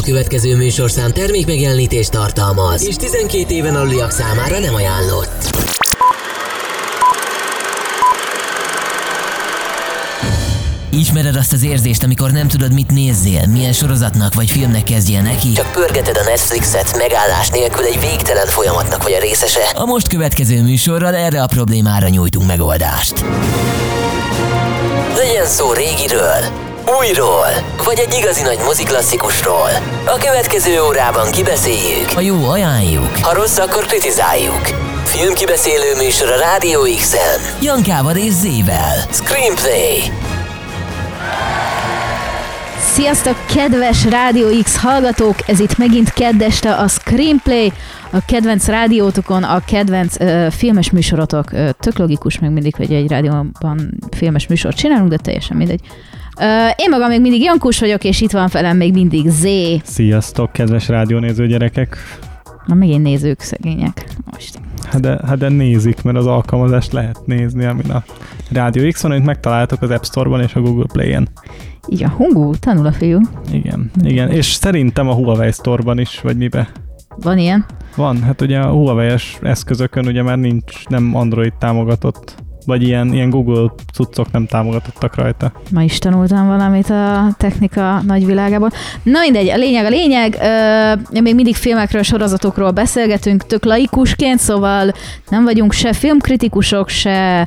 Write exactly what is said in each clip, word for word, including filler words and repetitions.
A következő műsorszám termékmegjelenítést tartalmaz, és tizenkét éven aluliak számára nem ajánlott. Ismered azt az érzést, amikor nem tudod, mit nézzél, milyen sorozatnak vagy filmnek kezdjél neki? Csak pörgeted a Netflixet megállás nélkül egy végtelen folyamatnak vagy a részese? A most következő műsorral erre a problémára nyújtunk megoldást. Legyen szó régiről, újról, vagy egy igazi nagy moziklasszikusról. A következő órában kibeszéljük. Ha jó, ajánljuk. Ha rossz, akkor kritizáljuk. Filmkibeszélő műsor a Rádió X-en. Jankával és Zével. Screenplay. Sziasztok, kedves Rádió X hallgatók! Ez itt megint kedd este a Screenplay, a kedvenc rádiótokon, a kedvenc uh, filmes műsorotok. Uh, tök logikus meg mindig, hogy egy rádióban filmes műsort csinálunk, de teljesen mindegy. Uh, én magam még mindig Jankus vagyok, és itt van velem még mindig Zé. Sziasztok, kedves rádiónéző gyerekek! Na, megint nézők, szegények. Most. Hát de, hát de nézik, mert az alkalmazást lehet nézni, amin a Rádió X van, amit megtaláltok az App Store-ban és a Google Play-en. Így a hungú, tanul a fiú. Igen, igen, és szerintem a Huawei Store-ban is, vagy mibe? Van ilyen? Van, hát ugye a Huawei-es eszközökön ugye már nincs, nem Android támogatott, vagy ilyen, ilyen Google cuccok nem támogatottak rajta. Ma is tanultam valamit a technika nagyvilágából. Na mindegy, a lényeg a lényeg, ö, még mindig filmekről, sorozatokról beszélgetünk, tök laikusként, szóval nem vagyunk se filmkritikusok, se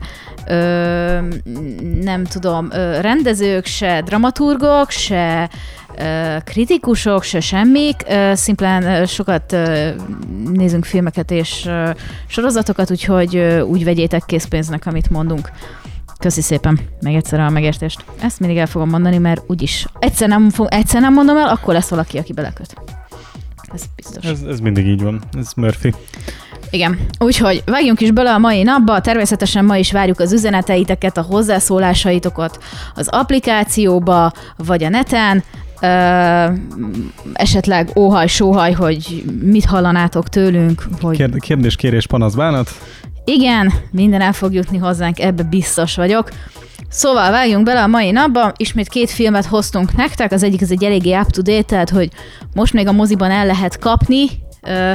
ö, nem tudom, ö, rendezők, se dramaturgok, se ö, kritikusok, se semmik, ö, szimplán ö, sokat ö, nézünk filmeket és ö, sorozatokat, úgyhogy ö, úgy vegyétek készpénznek, amit mondunk. Köszi szépen, meg egyszer a megértést. Ezt mindig el fogom mondani, mert úgyis egyszer nem, fog, egyszer nem mondom el, akkor lesz valaki, aki beleköt. Ez biztos. Ez, ez mindig így van, ez Murphy. Igen, úgyhogy vágjunk is bele a mai napba, természetesen ma is várjuk az üzeneteiteket, a hozzászólásaitokat az applikációba, vagy a neten, Ö, esetleg óhaj, sóhaj, hogy mit hallanátok tőlünk. Hogy... Kérdés, kérés, panasz, bánat. Igen, minden el fog jutni hozzánk, ebbe biztos vagyok. Szóval vágjunk bele a mai napba, ismét két filmet hoztunk nektek, az egyik az egy eléggé up-to-date, tehát hogy most még a moziban el lehet kapni. Ö,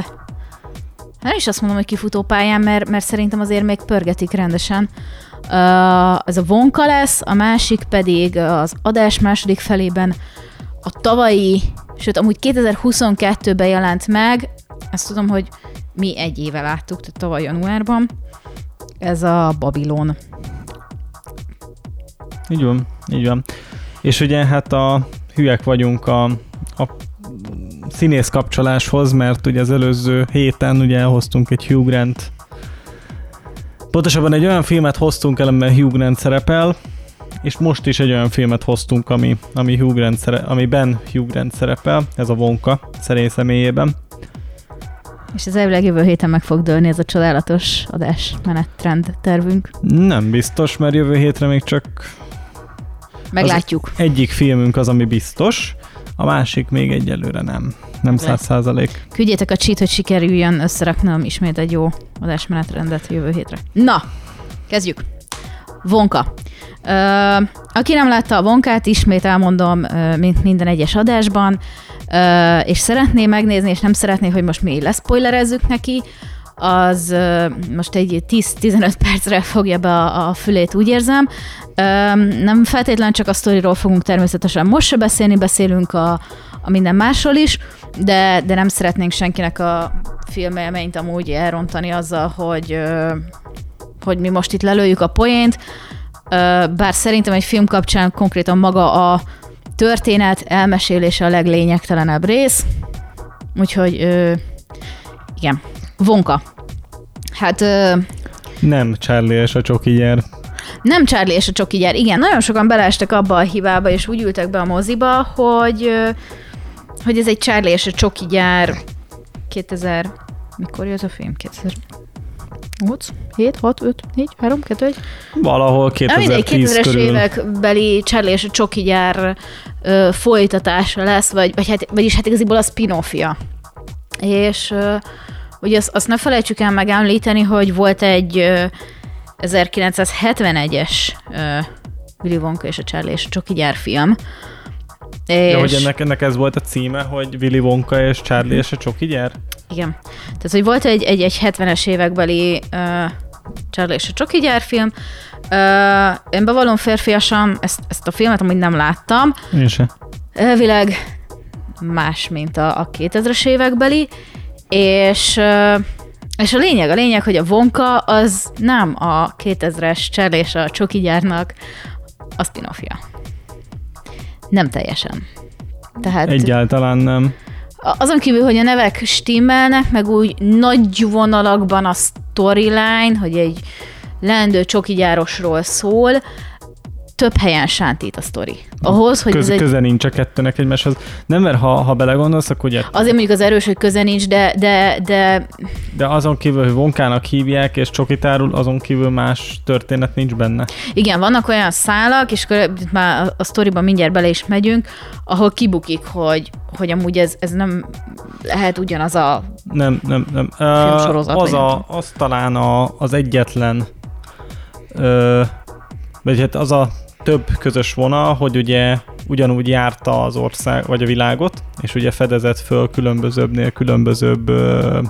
nem is azt mondom, hogy kifutópályán, mert, mert szerintem azért még pörgetik rendesen. Uh, ez a Wonka lesz, a másik pedig az adás második felében a tavalyi, sőt amúgy kétezer-huszonkettőben jelent meg, azt tudom, hogy mi egy éve láttuk, tehát tavaly januárban, ez a Babylon. Így van, így van. És ugye hát a hülyek vagyunk a, a színész kapcsoláshoz, mert ugye az előző héten ugye elhoztunk egy Hugh Grant. Pontosabban egy olyan filmet hoztunk el, amiben Hugh Grant szerepel, és most is egy olyan filmet hoztunk, ami, ami Hugh Grant szere, amiben Hugh Grant szerepel, ez a Wonka szerény személyében. És ez elvileg jövő héten meg fog dőlni ez a csodálatos adásmenetrend tervünk. Nem biztos, mert jövő hétre még csak meglátjuk. Egyik filmünk az, ami biztos, a másik még egyelőre nem. Nem száz százalék. Küldjétek a cheat, hogy sikerüljön összeraknom ismét egy jó adásmenetrendet jövő hétre. Na, kezdjük. Wonka. Uh, aki nem látta a Wonkát, ismét elmondom, uh, mint minden egyes adásban, uh, és szeretné megnézni, és nem szeretné, hogy most mi leszpoilerezzük neki, az uh, most egy tíz-tizenöt percre fogja be a, a fülét, úgy érzem. Uh, nem feltétlenül csak a sztoriról fogunk természetesen most se beszélni, beszélünk a, a minden másról is, de, de nem szeretnénk senkinek a filmélményt amúgy elrontani azzal, hogy, uh, hogy mi most itt lelőjük a poént. Bár szerintem egy film kapcsán konkrétan maga a történet elmesélése a leglényegtelenebb rész. Úgyhogy igen, Wonka. Hát... Nem Charlie és a csoki gyár. Nem Charlie és a csoki gyár. Igen, nagyon sokan beleestek abba a hibába, és úgy ültek be a moziba, hogy, hogy ez egy Charlie és a csoki gyár kétezer... Mikor jött a film? kétezer... nyolc, hét, hat, öt, négy, három, kettő, egy. Valahol kétezer-tíz kétezres körül. évekbeli Charlie és a csoki gyár ö, folytatása lesz, vagy, vagy hát, vagyis hát igaziból a spin-offja. És ö, ugye azt, azt ne felejtsük el megemlíteni, hogy volt egy ö, ezerkilencszázhetvenegyes ö, Willy Wonka és a Charlie és a csoki gyár film, És... Ja, hogy ennek, ennek ez volt a címe, hogy Willy Wonka és Charlie és a csoki gyár? Igen. Tehát, hogy volt egy, egy, egy hetvenes évekbeli uh, Charlie és a csoki gyár film. Uh, én bevallom férfiasan, ezt, ezt a filmet amúgy nem láttam. Én sem. Elvileg más, mint a, a kétezres évekbeli, és, uh, és a lényeg, a lényeg, hogy a Wonka az nem a kétezres Charlie és a csoki gyárnak a spin-offja. Nem teljesen. Tehát egyáltalán nem. Azon kívül, hogy a nevek stimmelnek, meg úgy nagy vonalakban a storyline, hogy egy leendő csokigyárosról szól, több helyen sántít a sztori. Ahhoz, hogy Köz, ez köze egy... nincs a kettőnek egymáshoz. Nem, mert ha, ha belegondolsz, akkor ugye... Azért mondjuk az erős, hogy köze nincs, de... De, de... de azon kívül, hogy Wonkának hívják, és csokitárul, azon kívül más történet nincs benne. Igen, vannak olyan szálak, és már a sztoriban mindjárt bele is megyünk, ahol kibukik, hogy, hogy amúgy ez, ez nem lehet ugyanaz a nem, nem, nem. filmsorozat. Az, a, az talán a, az egyetlen ö, vagy hát az a több közös vonal, hogy ugye ugyanúgy járta az ország, vagy a világot, és ugye fedezett föl különbözőbbnél különbözőbb ö,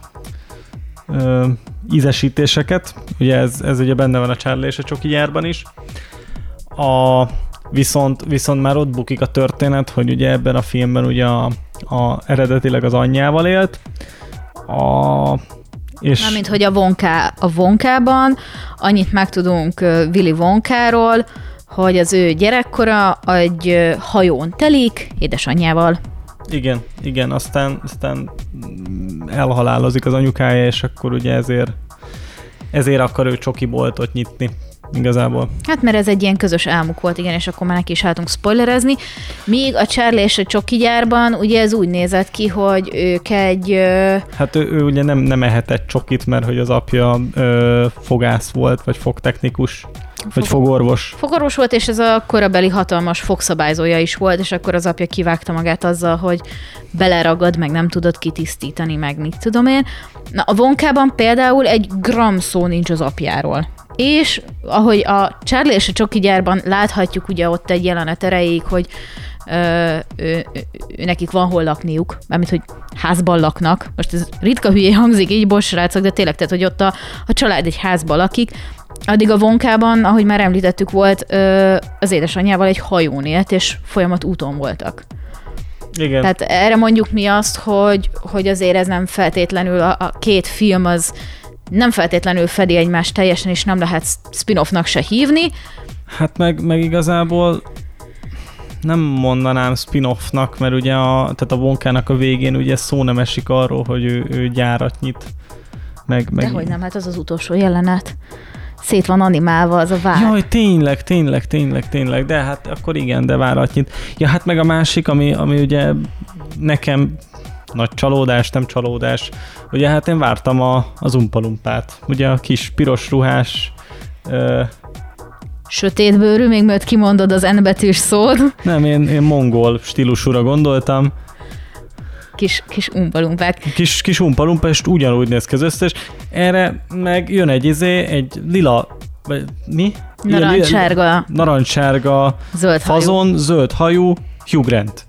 ö, ízesítéseket. Ugye ez, ez ugye benne van a Charlie és a csoki gyárban is. A, viszont, viszont már ott bukik a történet, hogy ugye ebben a filmben ugye a, a eredetileg az anyjával élt. A, és Mármint, hogy a, Wonka, a Wonkában annyit megtudunk Willy Wonkáról, hogy az ő gyerekkora egy hajón telik édesanyjával. Igen, igen, aztán, aztán elhalálozik az anyukája, és akkor ugye ezért, ezért akar ő csokiboltot nyitni igazából. Hát mert ez egy ilyen közös álmuk volt, igen, és akkor már neki is álltunk spoilerezni. Míg a Charlie és a csoki gyárban ugye ez úgy nézett ki, hogy ők egy... Ö... Hát ő, ő ugye nem, nem ehetett csokit, mert hogy az apja ö, fogász volt, vagy fogtechnikus, vagy Fog... fogorvos. Fogorvos volt, és ez a korabeli hatalmas fogszabályzója is volt, és akkor az apja kivágta magát azzal, hogy beleragad, meg nem tudod kitisztítani, meg mit tudom én. Na, a Wonkában például egy gram szó nincs az apjáról. És ahogy a Charlie és a csoki gyárban láthatjuk ugye ott egy jelenet erejéig, hogy ö, ő, ő, ő, nekik van hol lakniuk, mármint, hogy házban laknak. Most ez ritka hülyé hangzik így, bocs, srácok, de tényleg, tehát, hogy ott a, a család egy házban lakik. Addig a Wonkában, ahogy már említettük, volt ö, az édesanyjával egy hajón élt, és folyamat úton voltak. Igen. Tehát erre mondjuk mi azt, hogy, hogy azért ez nem feltétlenül a, a két film az nem feltétlenül fedi egymást teljesen, és nem lehet spin-offnak se hívni. Hát meg, meg igazából nem mondanám spin-offnak, mert ugye a, tehát a Wonkának a végén ugye szó nem esik arról, hogy ő, ő gyárat nyit. Meg, meg Dehogy nem, hát az az utolsó jelenet. Szét van animálva az a vár. Jaj, tényleg, tényleg, tényleg, tényleg, de hát akkor igen, de várat nyit. Ja, hát meg a másik, ami, ami ugye nekem nagy csalódás, nem csalódás. Ugye hát én vártam a, az Umpa-Lumpát. Ugye a kis piros ruhás... Ö... Sötétbőrű, még mert kimondod az N betűs szót. Nem, én, én mongol stílusúra gondoltam. Kis, kis Umpa-Lumpák. Kis, kis Umpa-Lumpa, és ugyanúgy néz ki az összes. Erre meg jön egy izé, egy lila... Vagy mi? Narancssárga. Narancssárga. Zöld fazon, hajú. zöld hajú, Hugh Grant.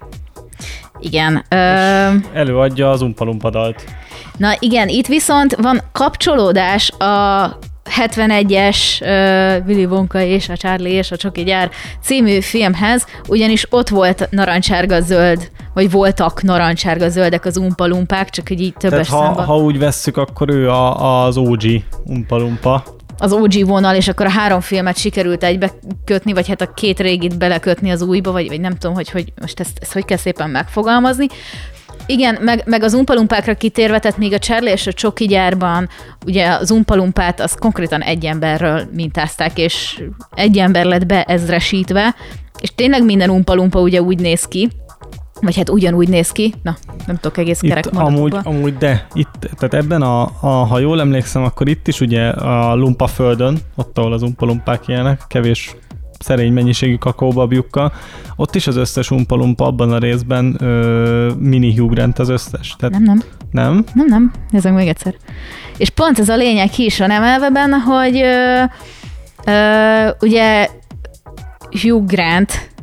Igen. Ö... Előadja az Umpa-Lumpa dalt. Na igen, itt viszont van kapcsolódás a hetvenegyes uh, Willy Wonka és a Charlie és a csoki gyár című filmhez, ugyanis ott volt narancssárga-zöld, vagy voltak narancssárga-zöldek az Umpa-Lumpák, csak hogy így többes Tehát ha, számban. ha úgy vesszük, akkor ő a, az o gé Umpa-Lumpa. Az o gé vonal, és akkor a három filmet sikerült egybe kötni, vagy hát a két régit belekötni az újba, vagy, vagy nem tudom, hogy, hogy most ezt, ezt hogy kell szépen megfogalmazni. Igen, meg, meg az Umpa-Lumpákra kitérve, tehát még a Charlie és a csoki gyárban ugye az Umpa-Lumpát az konkrétan egy emberről mintázták, és egy ember lett beezresítve, és tényleg minden Umpa-Lumpa ugye úgy néz ki, vagy hát ugyanúgy néz ki, na, nem tudok egész kerek amúgy, amúgy, de itt, tehát ebben a, a, ha jól emlékszem, akkor itt is ugye a Lumpa földön, ott, ahol az Umpa-Lumpák élnek, kevés szerény mennyiségű kakaóbabjukkal, ott is az összes Umpa-Lumpa abban a részben ö, mini Hugh Grant az összes. Tehát nem, nem. Nem? Nem, nem. Nézzük még egyszer. És pont ez a lényeg ki is van emelve benne, hogy ö, ö, ugye Hugh Grant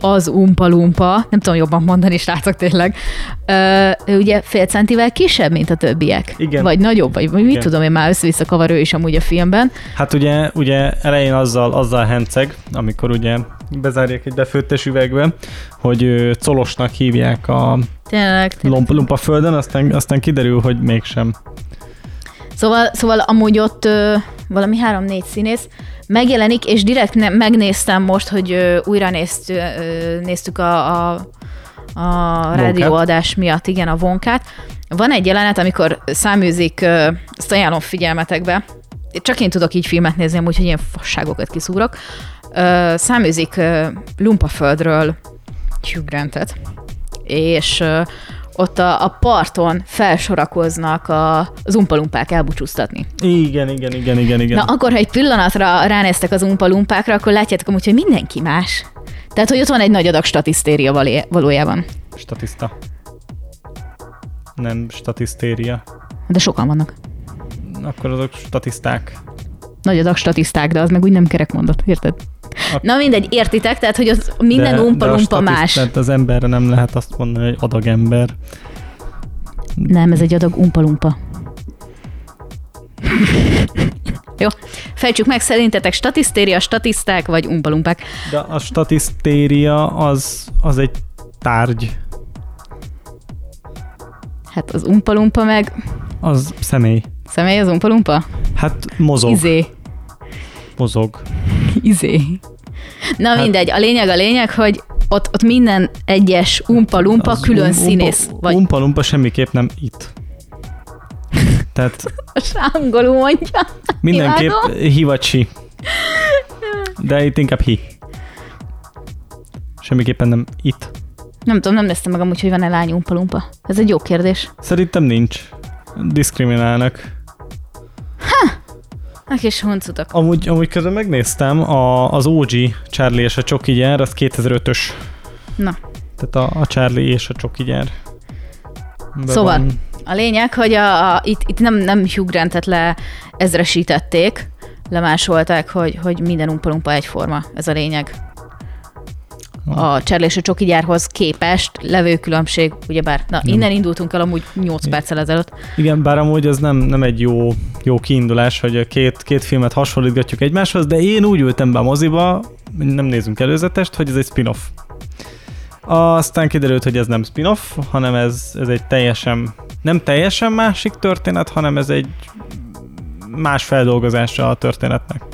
az Umpa Lumpa, nem tudom jobban mondani, srácok tényleg, ö, ő ugye fél centivel kisebb, mint a többiek. Igen. Vagy nagyobb, vagy mit Igen. tudom én, már össze-vissza kavar ő is amúgy a filmben. Hát ugye, ugye elején azzal, azzal henceg, amikor ugye bezárják egy befőttes üvegbe, hogy ö, colosnak hívják a Tényleg. tényleg. lumpa, lumpa földön, aztán, aztán kiderül, hogy mégsem. Szóval, szóval amúgy ott ö, valami három-négy színész megjelenik, és direkt ne, megnéztem most, hogy ö, újra nézt, ö, néztük a, a, a rádióadás miatt, igen, a Vonkát. Van egy jelenet, amikor száműzik, ö, ezt ajánlom figyelmetekbe, csak én tudok így filmet nézni, amúgy, hogy ilyen fasságokat kiszúrok. Ö, száműzik ö, Lumpaföldről Hugh Grantet, és ö, ott a, a parton felsorakoznak a, az umpalumpák elbúcsúztatni. Igen, igen, igen, igen, igen. Na akkor, ha egy pillanatra ránéztek az umpalumpákra, akkor látjátok amúgy, hogy mindenki más. Tehát, hogy ott van egy nagy adag statisztéria valé- valójában. Statiszta. Nem statisztéria. De sokan vannak. Akkor azok statiszták. Nagy adag statiszták, de az meg úgy nem kerek mondat, érted? Ak- Na mindegy, értitek? Tehát, hogy az minden de, umpalumpa de a más. Tehát az emberre nem lehet azt mondani, hogy adag ember. Nem, ez egy adag umpalumpa. Jó, fejtsük meg, szerintetek statisztéria, statiszták vagy umpalumpák? De a statisztéria az, az egy tárgy. Hát az umpalumpa meg... Az személy. Személy az umpalumpa? Hát mozog. Izé. Mozog. Izé. Na hát, mindegy, a lényeg a lényeg, hogy ott, ott minden egyes umpa-lumpa Az külön um, színész. Umpa, Vagy... Umpa-lumpa semmiképp nem itt. Tehát angolul mondja. mindenképp Imádom. hivacsi. De itt inkább hi. Semmiképpen nem itt. Nem tudom, nem néztem meg amúgy, hogy van-e lány umpa-lumpa. Ez egy jó kérdés. Szerintem nincs. Diszkriminálnak. A kis huncutok. Amúgy, amúgy közben megnéztem, a, az o gé Charlie és a Csoki gyár, az kétezer-ötös. Na. Tehát a, a Charlie és a Csoki gyár. Be Szóval van. a lényeg, hogy a, a, itt, itt nem, nem Hugh Grantet le ezresítették, lemásolták, hogy, hogy minden umpa-lumpa egyforma. Ez a lényeg. A Charlie és a Csoki gyárhoz képest levő különbség, ugyebár. Na, innen indultunk el amúgy nyolc perccel ezelőtt. Igen, bár amúgy ez nem, nem egy jó, jó kiindulás, hogy két, két filmet hasonlítgatjuk egymáshoz, de én úgy ültem be a moziba, nem nézünk előzetest, hogy ez egy spin-off. Aztán kiderült, hogy ez nem spin-off, hanem ez, ez egy teljesen, nem teljesen másik történet, hanem ez egy más feldolgozása a történetnek.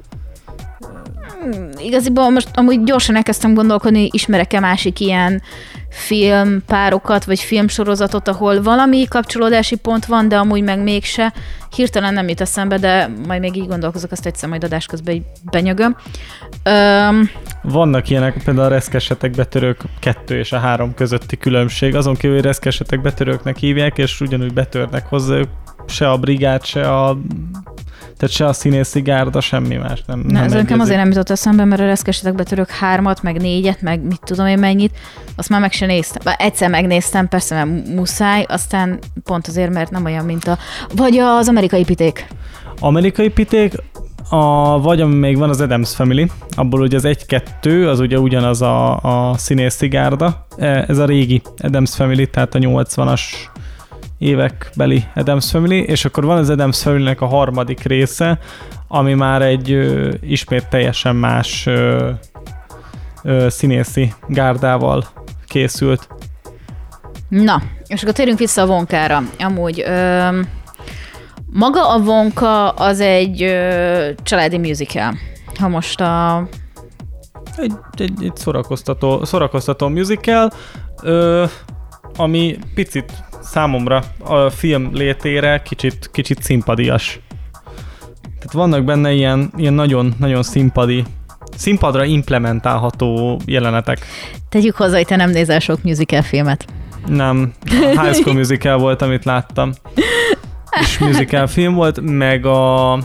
Igaziból most amúgy gyorsan elkezdtem gondolkodni, ismerek-e másik ilyen filmpárokat, vagy filmsorozatot, ahol valami kapcsolódási pont van, de amúgy meg mégse. Hirtelen nem jut eszembe, de majd még így gondolkozok, azt egyszer majd adás közben így benyögöm. Öm... Vannak ilyenek, például a reszkesetek betörők kettő és a három közötti különbség. Azon kívül, hogy reszkesetek betörőknek hívják, és ugyanúgy betörnek hozzájuk. Se a brigád, se a... Tehát se a színészi gárda, semmi más. Nem, Na, nem ez nekem azért nem jutott eszembe, mert a reszkesetek betörök hármat, meg négyet, meg mit tudom én mennyit, azt már meg se néztem. Bár egyszer megnéztem, persze, mert muszáj, aztán pont azért, mert nem olyan, mint a... Vagy az amerikai piték. Amerikai piték, a, vagy ami még van az Addams Family, abból ugye az egy-kettő, az ugye ugyanaz a, a színészi gárda. Ez a régi Addams Family, tehát a nyolcvanas évekbeli Addams Family, és akkor van az Addams Family-nek a harmadik része, ami már egy ö, ismét teljesen más ö, ö, színészi gárdával készült. Na, és akkor térjünk vissza a Vonkára. Amúgy ö, maga a Vonka az egy ö, családi musical. Ha most a... Egy, egy, egy szórakoztató, szórakoztató musical, ö, ami picit számomra a film létére kicsit, kicsit szimpadias. Tehát vannak benne ilyen, ilyen nagyon, nagyon színpadi, színpadra implementálható jelenetek. Tegyük hozzá, hogy te nem nézel sok musical filmet. Nem, a High School Musical volt, amit láttam. És musical film volt, meg a...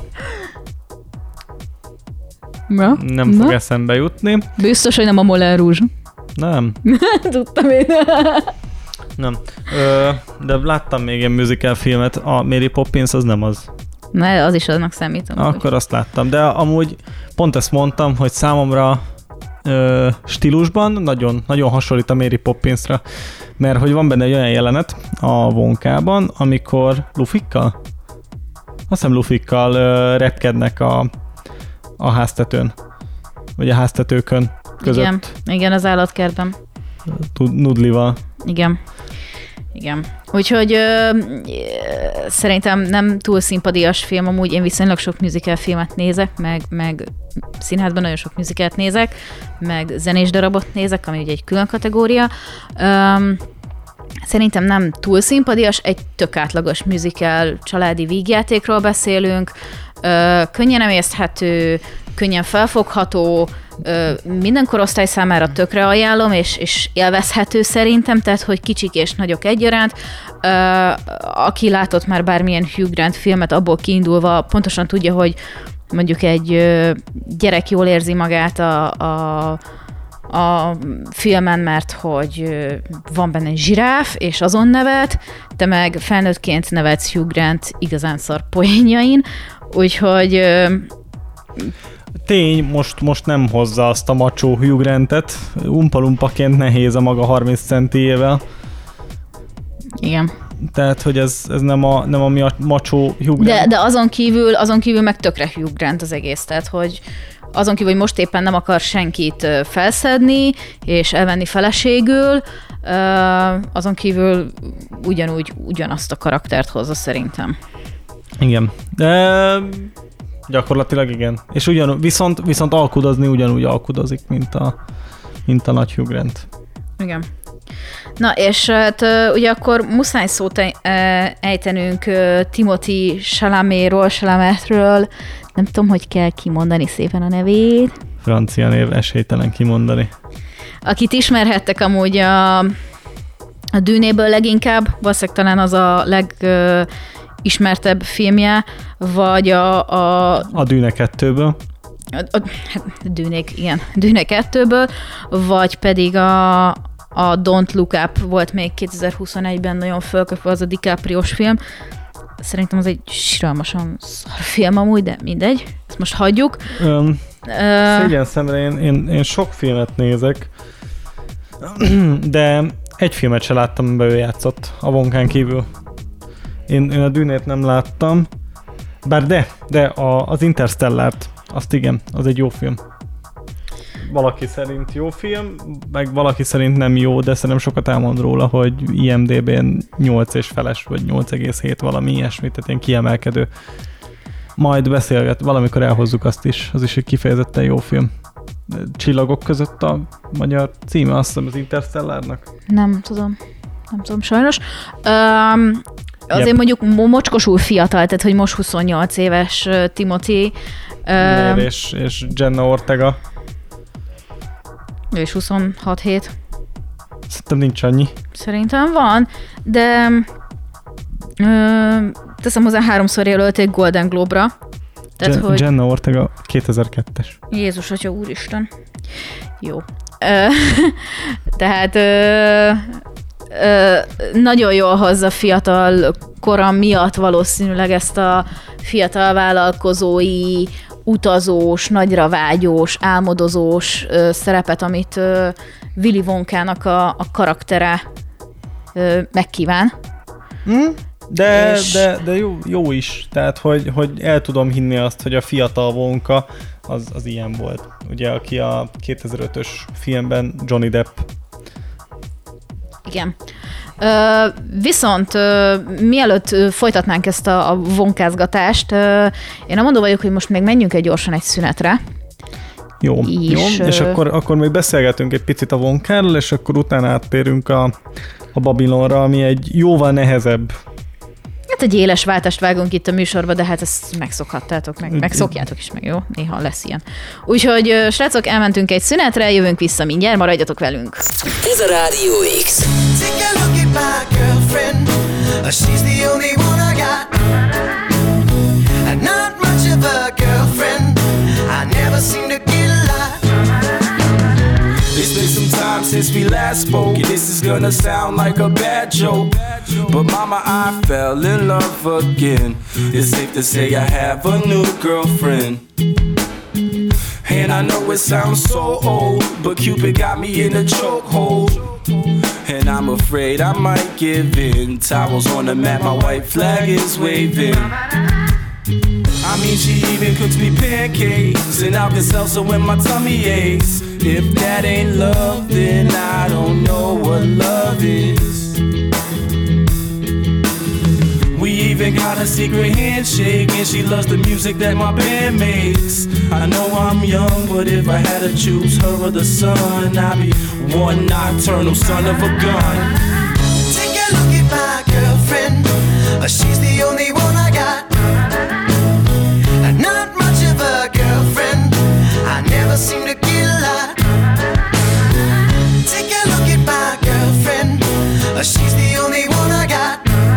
Na? Nem fog Na? eszembe jutni. Biztos, hogy nem a Moulin Rouge. Nem. Tudtam én. Nem. Ö, de láttam még ilyen musical filmet, a Mary Poppins az nem az. Ne, az is annak számítom. Akkor azt láttam, de amúgy pont ezt mondtam, hogy számomra ö, stílusban nagyon, nagyon hasonlít a Mary Poppinsra, mert hogy van benne egy olyan jelenet a Wonkában, amikor lufikkal, azt hiszem lufikkal ö, repkednek a, a háztetőn, vagy a háztetőkön között. Igen, igen, az állatkertben. Nudlival. Igen. Igen. Úgyhogy ö, szerintem nem túl szimpadias film, amúgy én viszonylag sok musical filmet nézek, meg, meg színházban nagyon sok musicalt nézek, meg zenés darabot nézek, ami ugye egy külön kategória. Öm, szerintem nem túl szimpadias, egy tök átlagos musical családi vígjátékról beszélünk, ö, könnyen emészthető, könnyen felfogható, Ö, minden korosztály számára tökre ajánlom, és, és élvezhető szerintem, tehát, hogy kicsik és nagyok egyaránt. Ö, aki látott már bármilyen Hugh Grant filmet, abból kiindulva pontosan tudja, hogy mondjuk egy ö, gyerek jól érzi magát a, a, a filmen, mert hogy ö, van benne egy zsiráf, és azon nevet, te meg felnőttként nevetsz Hugh Grant igazán szar poénjain, úgyhogy ö, tény, most, most nem hozza azt a macsó Hugh Grantet. Umpalumpaként nehéz a maga harminc centiével. Igen. Tehát, hogy ez, ez nem, a, nem a mi a macsó Hugh Grant. De, de azon kívül, azon kívül meg tökre Hugh Grant az egész. Tehát, hogy azon kívül, hogy most éppen nem akar senkit felszedni, és elvenni feleségül, azon kívül ugyanúgy ugyanazt a karaktert hozza szerintem. Igen. De gyakorlatilag igen. És ugyan, viszont, viszont alkudozni ugyanúgy alkudozik, mint a, mint a nagy Hugh Grant. Igen. Na, és hát ugye akkor muszáj szót ejtenünk Timothy Chalametről, Chalametről. Nem tudom, hogy kell kimondani szépen a nevét. Francia név, esélytelen kimondani. Akit ismerhettek amúgy a, a Dűnéből leginkább, valószínűleg talán az a legismertebb filmje, vagy a... A, a Dűne kettőből. A, a, hát Dűnék, igen, Dűne kettőből, vagy pedig a, a Don't Look Up volt még kétezer-huszonegyben nagyon fölköpve, az a DiCaprio-s film. Szerintem az egy siralmasan szar film amúgy, de mindegy. Ezt most hagyjuk. Um, uh, szégyen szemre én, én, én sok filmet nézek, de egy filmet se láttam, amiben ő játszott a Wonkán kívül. Én, én a Dűnét nem láttam, bár de, de a, az Interstellárt, azt igen, az egy jó film. Valaki szerint jó film, meg valaki szerint nem jó, de szerintem sokat elmond róla, hogy I M D B-n nyolc és feles, vagy nyolc egész hét valami ilyesmit, tehát ilyen kiemelkedő. Majd beszélget, valamikor elhozzuk azt is, az is egy kifejezetten jó film. Csillagok között a magyar címe, azt hiszem az Interstellárnak. Nem tudom, nem tudom sajnos. Um, azért yep. Mondjuk mocskosul fiatal, tehát hogy most huszonnyolc éves uh, Timothy. Um, és, és Jenna Ortega. Ő is huszonhat hét. Szerintem nincs annyi. Szerintem van, de ö, teszem hozzá, háromszor jelölték Golden Globe-ra. Tehát, Gen- hogy... Jenna Ortega kétezer-kettes. Jézus atya, úristen. Jó. Ö, tehát ö, ö, nagyon jól hozza fiatal kora miatt valószínűleg ezt a fiatal vállalkozói, utazós, nagyra vágyós, álmodozós ö, szerepet, amit ö, Willy Wonkának a, a karaktere ö, megkíván. Hmm? De, És... de, de jó, jó is, tehát hogy, hogy el tudom hinni azt, hogy a fiatal Wonka az, az ilyen volt. Ugye, aki a kétezer-ötös filmben Johnny Depp. Igen. Ö, viszont ö, mielőtt ö, folytatnánk ezt a, a vonkázgatást, ö, én amondó vagyok, hogy most még menjünk egy gyorsan egy szünetre. Jó, és, jó. és akkor, akkor még beszélgetünk egy picit a Wonkáról, és akkor utána áttérünk a, a Babylonra, ami egy jóval nehezebb. Hát egy éles váltást vágunk itt a műsorba, de hát ezt megszokhattátok, meg, megszokjátok is meg, jó? Néha lesz ilyen. Úgyhogy srácok, elmentünk egy szünetre, jövünk vissza mindjárt, maradjatok velünk. Ez a Rádió X. Take a look at my girlfriend. She's the only one I got. And not much of a girlfriend. I never seem to get a lot. It's been some time since we last spoke, and this is gonna sound like a bad joke, but mama, I fell in love again. It's safe to say I have a new girlfriend. And I know it sounds so old, but Cupid got me in a chokehold. And I'm afraid I might give in. Towels on the mat, my white flag is waving. I mean, she even cooks me pancakes and Alka-Seltzer when my tummy aches. If that ain't love, then I don't know what love is. We even got a secret handshake, and she loves the music that my band makes. I know I'm young, but if I had to choose her or the sun, I'd be one nocturnal son of a gun. Take a look at my girlfriend, she's the only one I got. Not much of a girlfriend, I never seem to get a lot. Take a look at my girlfriend, she's the only one I got.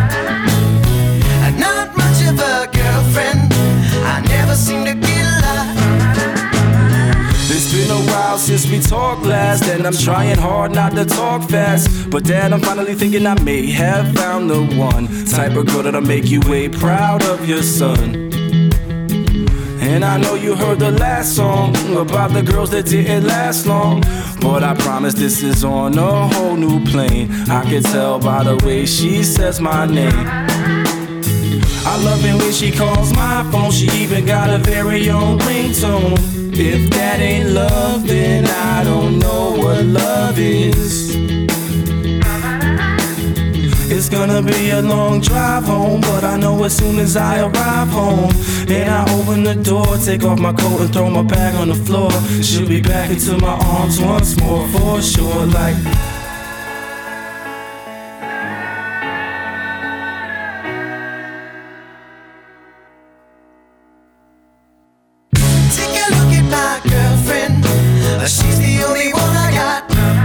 Not much of a girlfriend, I never seem to get a lot. It's been a while since we talked last, and I'm trying hard not to talk fast. But Dad, I'm finally thinking I may have found the one type of girl that'll make you way proud of your son. And I know you heard the last song about the girls that didn't last long, but I promise this is on a whole new plane. I can tell by the way she says my name. I love it when she calls my phone. She even got a very own ringtone. If that ain't love, then I don't know what love is. It's gonna be a long drive home, but I know as soon as I arrive home and I open the door, take off my coat and throw my bag on the floor, she'll be back into my arms once more for sure. Like take a look at my girlfriend, she's the only one I got.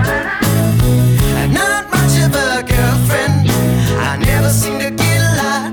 Not much of a girlfriend, I never seem to get a lot.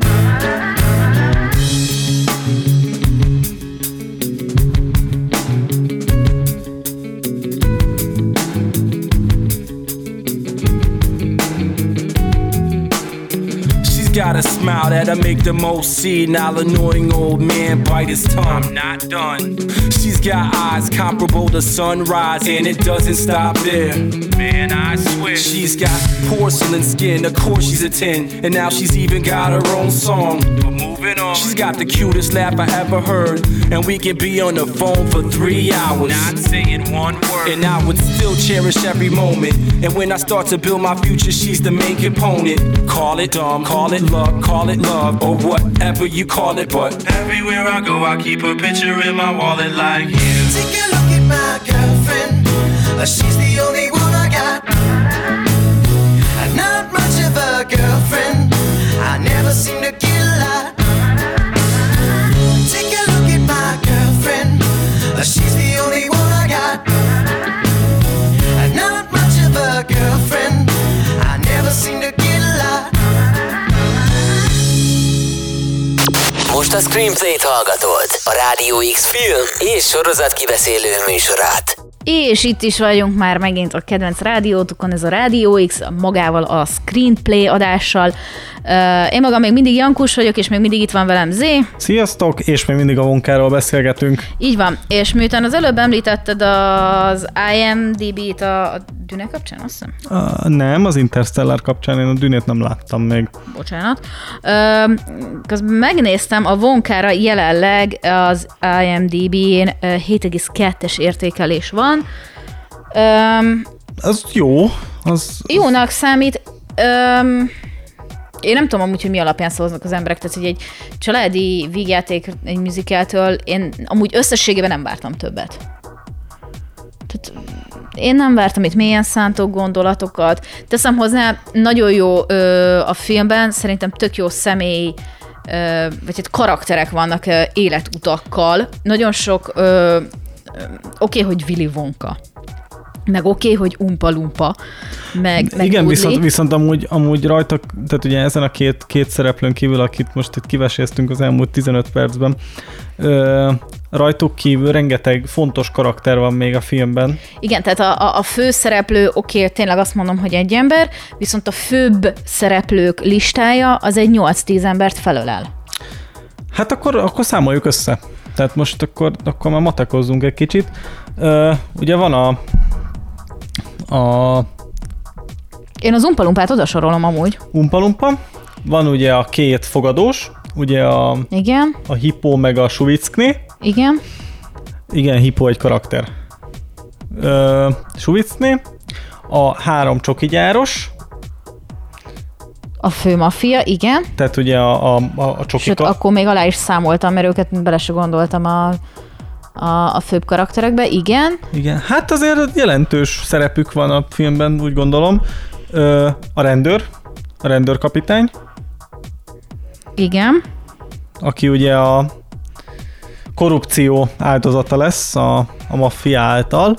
she's got a smile that'll make the most senile, annoying old man bite his tongue. I'm not done. She's got eyes comparable to sunrise, and it doesn't stop there. Man, I swear. She's got porcelain skin, of course she's a ten, and now she's even got her own song. But moving on. She's got the cutest laugh I ever heard, and we can be on the phone for three hours. Not saying one word. And I would still cherish every moment. And when I start to build my future, she's the main component. Call it dumb, call it luck, call it love, or whatever you call it, but everywhere I go, I keep a picture in my wallet like you. Take a look at my girlfriend, she's the only one I got. Not much of a girlfriend, I never seem to get a lot. Take a look at my girlfriend, she's the only one I got. Not much of a girlfriend, I never seem to get a lot. Most a Screenplay-t hallgatod, a Rádió X film és sorozat kibeszélő műsorát. És itt is vagyunk már megint a kedvenc rádiótukon, ez a Rádió X, magával a Screenplay adással. Uh, én magam még mindig Jankus vagyok, és még mindig itt van velem Zé. Sziasztok, és még mindig a Vonkáról beszélgetünk. Így van, és miután az előbb említetted az I M D B-t a, a Dune kapcsán, azt hiszem? Uh, nem, az Interstellar kapcsán, én a Dünét nem láttam még. Bocsánat. Uh, közben megnéztem, a Vonkára jelenleg az I M D B-n uh, hét egész kettes értékelés van. Um, az jó. Az, jónak számít. Um, én nem tudom amúgy, hogy mi alapján szavaznak az emberek, tehát hogy egy családi vígjáték egy musicaltől én amúgy összességében nem vártam többet. Tehát én nem vártam itt mélyen szántó gondolatokat. Teszem hozzá, nagyon jó ö, a filmben, szerintem tök jó személy, ö, vagy hát karakterek vannak ö, életutakkal. Nagyon sok, ö, oké, okay, hogy Willy Wonka, meg oké, okay, hogy Umpa Lumpa, meg, meg igen, Woodley. viszont, viszont amúgy, amúgy rajta, tehát ugye ezen a két, két szereplőn kívül, akit most itt kiveséztünk az elmúlt tizenöt percben, ö, rajtuk kívül rengeteg fontos karakter van még a filmben. Igen, tehát a, a főszereplő, oké, okay, tényleg azt mondom, hogy egy ember, viszont a főbb szereplők listája az egy nyolc-tíz embert felölel. Hát akkor, akkor számoljuk össze. tehát most akkor, akkor már matekozzunk egy kicsit. Uh, ugye van a, a Én az Umpalumpát oda sorolom amúgy. Umpalumpa, van ugye a két fogadós, ugye a, Igen. a Hippo meg a Suvickné. Igen. Igen, Hippo egy karakter. Uh, Suvickné, a három csokigyáros. A fő maffia, igen. Tehát ugye a, a, a csokika. Sőt, akkor még alá is számoltam, mert őket bele se gondoltam a, a, a főbb karakterekbe, igen. Igen, hát azért jelentős szerepük van a filmben, úgy gondolom. Ö, a rendőr, a rendőrkapitány. Igen. Aki ugye a korrupció áldozata lesz a, a maffia által.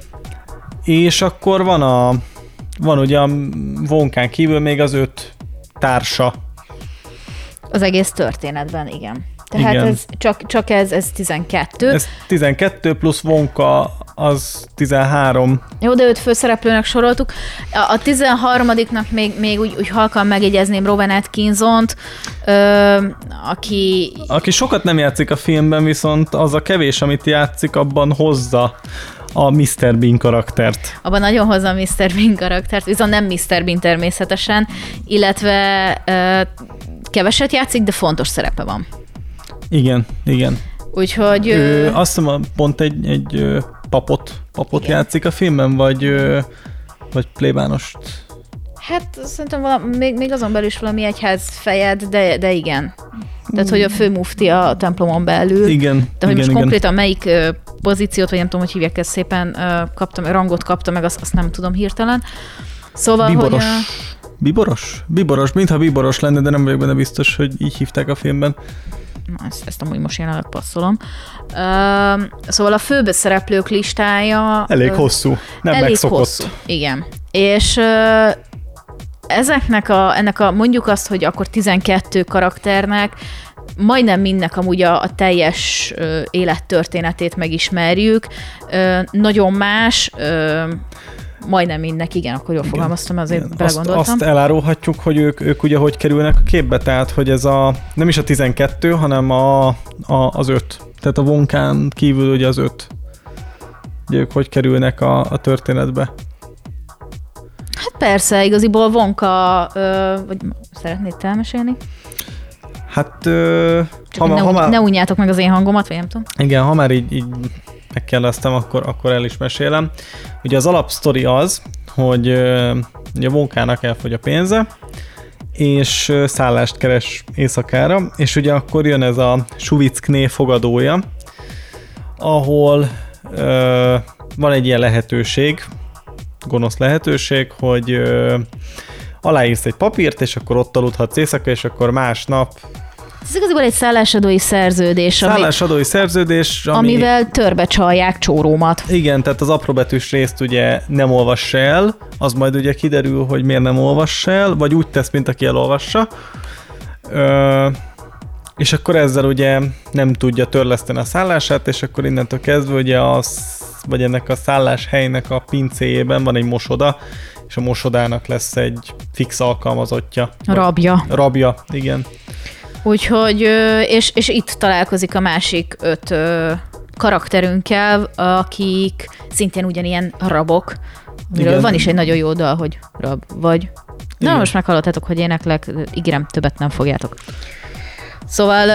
És akkor van a van ugye a Wonkán kívül még az öt társa. Az egész történetben, igen. Tehát igen. ez csak, csak ez, ez tizenkettő. Ez tizenkettő plusz Wonka az tizenhárom. Jó, de őt főszereplőnek soroltuk. A, a tizenharmadiknak még, még úgy, úgy halkan megjegyezném Rowan Atkinsont, ö, aki... Aki sokat nem játszik a filmben, viszont az a kevés, amit játszik, abban hozza a miszter Bean karaktert. Abban nagyon hozza a miszter Bean karaktert, viszont nem miszter Bean természetesen, illetve ö, keveset játszik, de fontos szerepe van. Igen, igen. Úgyhogy... Ő, azt hiszem, pont egy, egy papot, papot játszik a filmben, vagy, vagy plébánost? Hát szerintem valami, még, még azon belül is valami egyház fejed, de, de igen. Tehát, hogy a fő mufti a templomon belül. Igen, de hogy igen, most igen. konkrétan melyik uh, pozíciót, vagy nem tudom, hogy hívják ezt szépen, uh, kaptam, rangot kapta meg, azt, azt nem tudom hirtelen. Szóval, Biboros. hogy... Uh, Biboros? Biboros, mintha Biboros lenne, de nem vagyok benne biztos, hogy így hívták a filmben. Na, ezt, ezt amúgy most jelenleg passzolom. Uh, szóval a főbb szereplők listája... Elég uh, hosszú, nem elég megszokott. Hosszú. Igen. És uh, ezeknek a, ennek a, mondjuk azt, hogy akkor tizenkettő karakternek majdnem mindnek amúgy a, a teljes uh, élettörténetét megismerjük. Uh, nagyon más, uh, majdnem mindnek, igen, akkor jól fogalmaztam, azért igen. belegondoltam. Azt, azt elárulhatjuk, hogy ők, ők ugye hogy kerülnek a képbe, tehát hogy ez a, nem is a tizenkettő, hanem a, a, az öt. Tehát a Wonkán kívül ugye az öt. Ugye ők hogy kerülnek a, a történetbe. Hát persze, igaziból Wonka, ö, vagy szeretnéd te elmesélni? Hát... Ö, Csak ha, ne, ha már, ne unjátok meg az én hangomat, vagy nem tudom. Igen, ha már így, így megkérdeztem, akkor, akkor el is mesélem. Ugye az alapsztori az, hogy ö, ugye Wonkának elfogy a pénze, és ö, szállást keres éjszakára, és ugye akkor jön ez a Suvickné fogadója, ahol ö, van egy ilyen lehetőség, gonosz lehetőség, hogy ö, aláírsz egy papírt, és akkor ott aludhatsz éjszaka, és akkor másnap Ez igazából egy szállásadói szerződés, ami, szállásadói szerződés, ami, amivel törbe csalják csórómat. igen, tehát az apróbetűs részt ugye nem olvassa el, az majd ugye kiderül, hogy miért nem olvassa el, vagy úgy tesz, mint aki elolvassa. Ö, és akkor ezzel ugye nem tudja törleszteni a szállását, és akkor innentől kezdve ugye az, vagy ennek a szálláshelynek a pincéjében van egy mosoda, és a mosodának lesz egy fix alkalmazottja. Rabja. Rabja, igen. Úgyhogy, és, és itt találkozik a másik öt karakterünkkel, akik szintén ugyanilyen rabok. Amiről van is egy nagyon jó dal, hogy rab vagy. Na, igen. Most meghallottátok, hogy éneklek, ígérem, többet nem fogjátok. Szóval,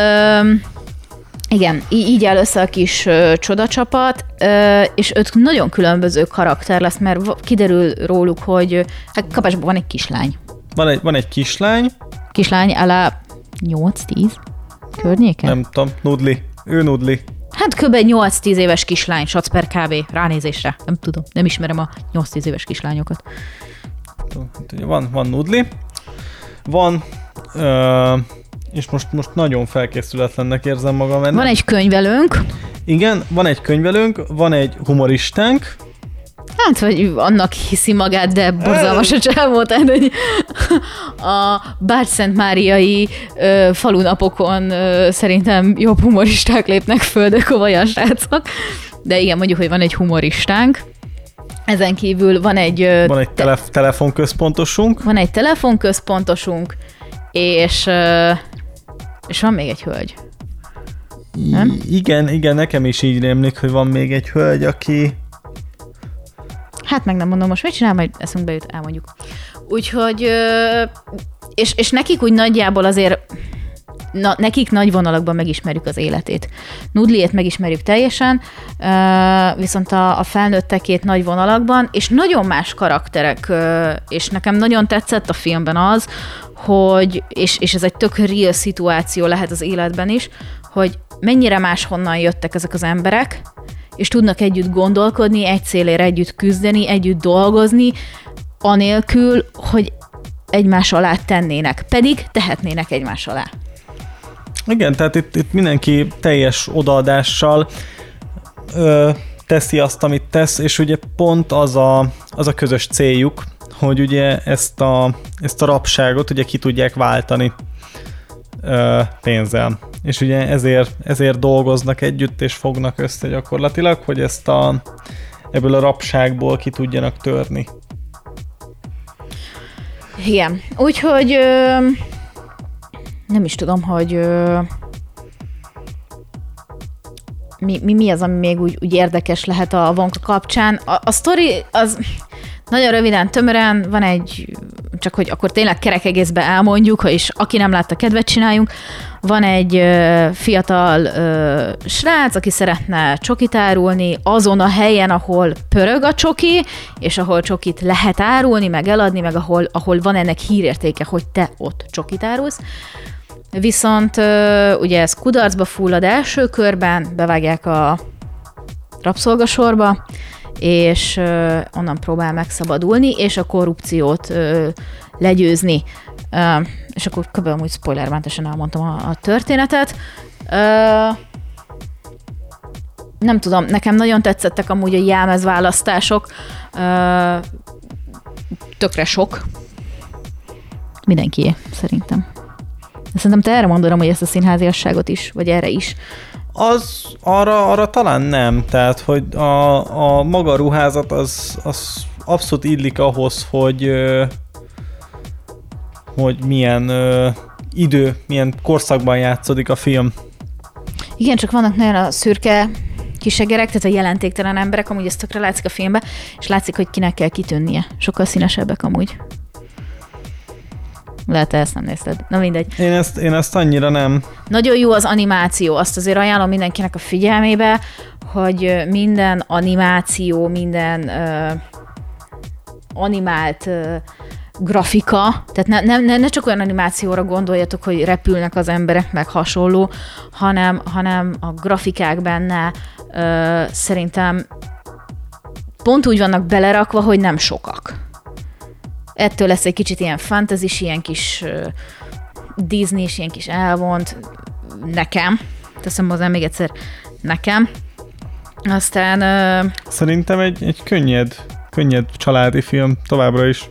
igen, így áll össze a kis csodacsapat, és öt nagyon különböző karakter lesz, mert kiderül róluk, hogy hát kapásban van egy kislány. Van egy, van egy kislány. Kislány alá nyolc-tíz környéken? Nem tudom, Nudli. Ő Nudli. Hát kb. nyolc-tíz éves kislány, sac per kb. Ránézésre. Nem tudom, nem ismerem a nyolc-tíz éves kislányokat. Van, van Nudli. Van, uh, és most, most nagyon felkészületlennek érzem magam. Van egy könyvelőnk. Igen, van egy könyvelőnk, van egy humoristánk. Hát, vagy annak hiszi magát, de borzalmas a csávó, tehát, hogy a Bács-Szentmáriai ö, falunapokon ö, szerintem jobb humoristák lépnek föl, de komolyan srácok. De igen, mondjuk, hogy van egy humoristánk. Ezen kívül van egy... Ö, van egy telef- telefonközpontosunk. Van egy telefonközpontosunk, és, ö, és van még egy hölgy. Nem? Igen, igen, nekem is így rémlik, hogy van még egy hölgy, aki... Hát meg nem mondom most, mit csinál, majd eszünkbe jut, elmondjuk. Úgyhogy, és, és nekik úgy nagyjából azért, na, nekik nagy vonalakban megismerjük az életét. Nudliét megismerjük teljesen, viszont a, a felnőttekét nagy vonalakban, és nagyon más karakterek, és nekem nagyon tetszett a filmben az, hogy, és, és ez egy tök real szituáció lehet az életben is, hogy mennyire máshonnan jöttek ezek az emberek, és tudnak együtt gondolkodni, egy célért együtt küzdeni, együtt dolgozni, anélkül, hogy egymás alá tennének. Pedig tehetnének egymás alá. Igen, tehát itt, itt mindenki teljes odaadással ö, teszi azt, amit tesz, és ugye pont az a, az a közös céljuk, hogy ugye ezt a, ezt a rabságot ugye ki tudják váltani ö, pénzzel. És ugye ezért, ezért dolgoznak együtt, és fognak össze gyakorlatilag, hogy ezt a, ebből a rabságból ki tudjanak törni. Igen. Úgyhogy ö, nem is tudom, hogy ö, mi, mi, mi az, ami még úgy, úgy érdekes lehet a Wonka kapcsán. A, a sztori az nagyon röviden, tömören, van egy, csak hogy akkor tényleg kerek egészbe elmondjuk, és aki nem látta, kedvet csináljunk. Van egy ö, fiatal ö, srác, aki szeretne csokit árulni azon a helyen, ahol pörög a csoki, és ahol csokit lehet árulni, meg eladni, meg ahol, ahol van ennek hírértéke, hogy te ott csokit árulsz. Viszont ö, ugye ez kudarcba fullad első körben, bevágják a rabszolgasorba, és ö, onnan próbál megszabadulni, és a korrupciót ö, legyőzni. Ö, és akkor kb. Amúgy spoilermentesen elmondtam a, a történetet. Ö, nem tudom, nekem nagyon tetszettek amúgy a jelmezválasztások. Ö, tökre sok. Mindenkié, szerintem. Szerintem te erre mondanom, hogy ezt a színháziasságot is, vagy erre is. Az arra, arra talán nem, tehát hogy a, a maga ruházat az, az abszolút illik ahhoz, hogy hogy milyen ö, idő, milyen korszakban játszódik a film. Igen, csak vannak nagyon a szürke kisegerek, tehát a jelentéktelen emberek, amúgy ez tökre látszik a filmben, és látszik, hogy kinek kell kitűnnie. Sokkal színesebbek amúgy. Lehet, ezt nem nézted. Na mindegy. Én ezt, én ezt annyira nem. Nagyon jó az animáció, azt azért ajánlom mindenkinek a figyelmébe, hogy minden animáció, minden uh, animált uh, grafika, tehát ne, ne, ne, ne csak olyan animációra gondoljatok, hogy repülnek az emberek, meg hasonló, hanem, hanem a grafikák benne uh, szerintem pont úgy vannak belerakva, hogy nem sokak. Ettől lesz egy kicsit ilyen fantasy-s, ilyen kis uh, Disney-s, ilyen kis elvont nekem. Teszem hozzá még egyszer nekem. Aztán... Uh, Szerintem egy, egy könnyed, könnyed családi film továbbra is.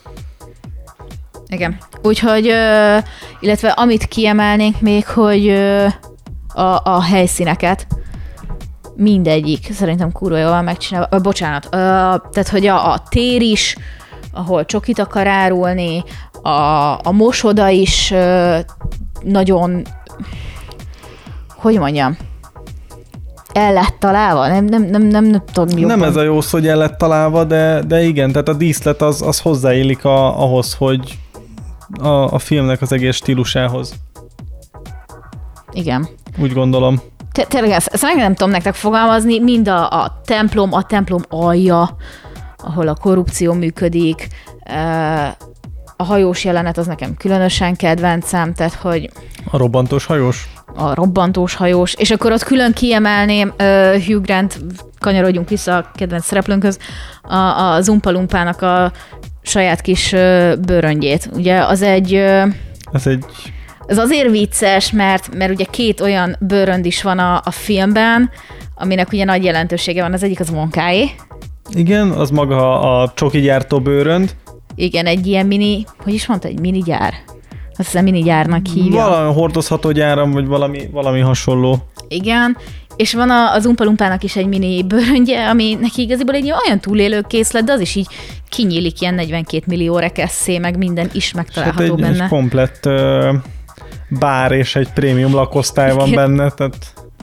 Igen. Úgyhogy, uh, illetve amit kiemelnénk még, hogy uh, a, a helyszíneket mindegyik szerintem kurva jól megcsinálva. Uh, bocsánat. Uh, tehát, hogy a, a tér is, ahol csokit akar árulni, a, a mosoda is uh, nagyon, hogy mondjam, el lett találva? Nem, nem, nem, nem, nem tudom jobban. Nem ez a jó szó, hogy el lett találva, de, de igen, tehát a díszlet az, az hozzáillik a, ahhoz, hogy a, a filmnek az egész stílusához. Igen. Úgy gondolom. Te, tényleg ezt, ezt meg nem tudom nektek fogalmazni, mind a, a templom, a templom alja, ahol a korrupció működik, a hajós jelenet az nekem különösen kedvencem, tehát hogy... A robbantós hajós? A robbantós hajós, és akkor ott külön kiemelném uh, Hugh Grant, kanyarodjunk vissza a kedvenc szereplőnkhöz, a, a Zumpalumpának a saját kis uh, bőröngyét. Ugye az egy... Uh, ez egy... Ez azért vicces, mert, mert ugye két olyan bőrönd is van a, a filmben, aminek ugye nagy jelentősége van. Az egyik az Wonkáé. Igen, az maga a csoki gyártó bőrönd. Igen, egy ilyen mini, hogy is mondta, egy mini gyár. Azt hiszem mini gyárnak hívja. Valami hordozható gyáram, vagy valami, valami hasonló. Igen, és van a, az Umpalumpának is egy mini bőröndje, ami neki igaziból egy olyan túlélő készlet, de az is így kinyílik ilyen negyvenkét millió rekesszé, meg minden is megtalálható hát egy, benne. egy komplett uh, bár és egy prémium lakosztály van benne, tehát...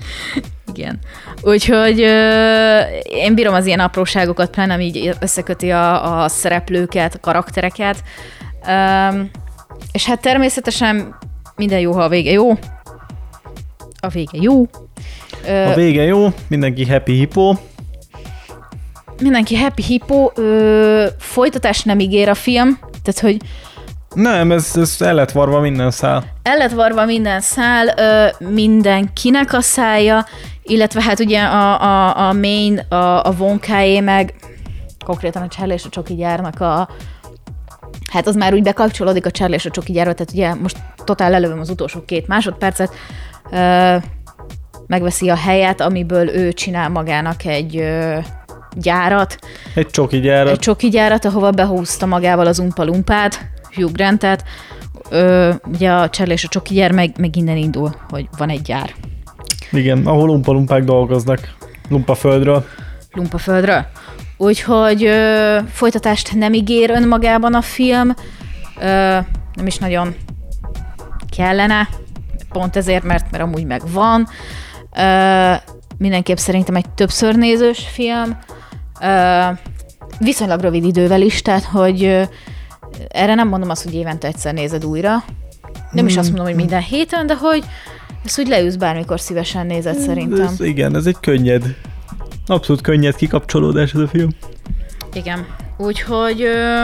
Igen. Úgyhogy ö, én bírom az ilyen apróságokat, pláne ami így összeköti a, a szereplőket, a karaktereket. Um, és hát természetesen minden jó, ha a vége jó. A vége jó. Ö, a vége jó, mindenki happy hippo. Mindenki happy hippo. Ö, folytatást nem ígér a film, tehát hogy nem, ez, ez el lett varva minden szál. El lett varva minden szál, ö, mindenkinek a szája, illetve hát ugye a, a, a main, a, a Wonkáé meg konkrétan a Charlie és a Csoki gyárnak a hát az már úgy bekapcsolódik a Charlie és a Csoki gyárba, tehát ugye most totál lelövöm az utolsó két másodpercet, ö, megveszi a helyet, amiből ő csinál magának egy ö, gyárat. Egy csoki gyárat. Egy csoki gyárat, ahova behúzta magával az Umpa Lumpát, Hugh Grantet. Ö, ugye a Charlie és a Csoki gyár meg, meg innen indul, hogy van egy gyár. Igen, ahol Umpa Lumpák dolgoznak. Lumpa földről. Lumpa földről. Úgyhogy ö, folytatást nem ígér önmagában a film. Ö, nem is nagyon kellene. Pont ezért, mert, mert amúgy meg van. Ö, mindenképp szerintem egy többször nézős film. Ö, viszonylag rövid idővel is, tehát hogy ö, erre nem mondom azt, hogy évente egyszer nézed újra. Nem is azt mondom, hogy minden héten, de hogy ezt úgy leülsz bármikor szívesen nézed szerintem. Ez, igen, ez egy könnyed, abszolút könnyed kikapcsolódás ez a film. Igen, úgyhogy ö,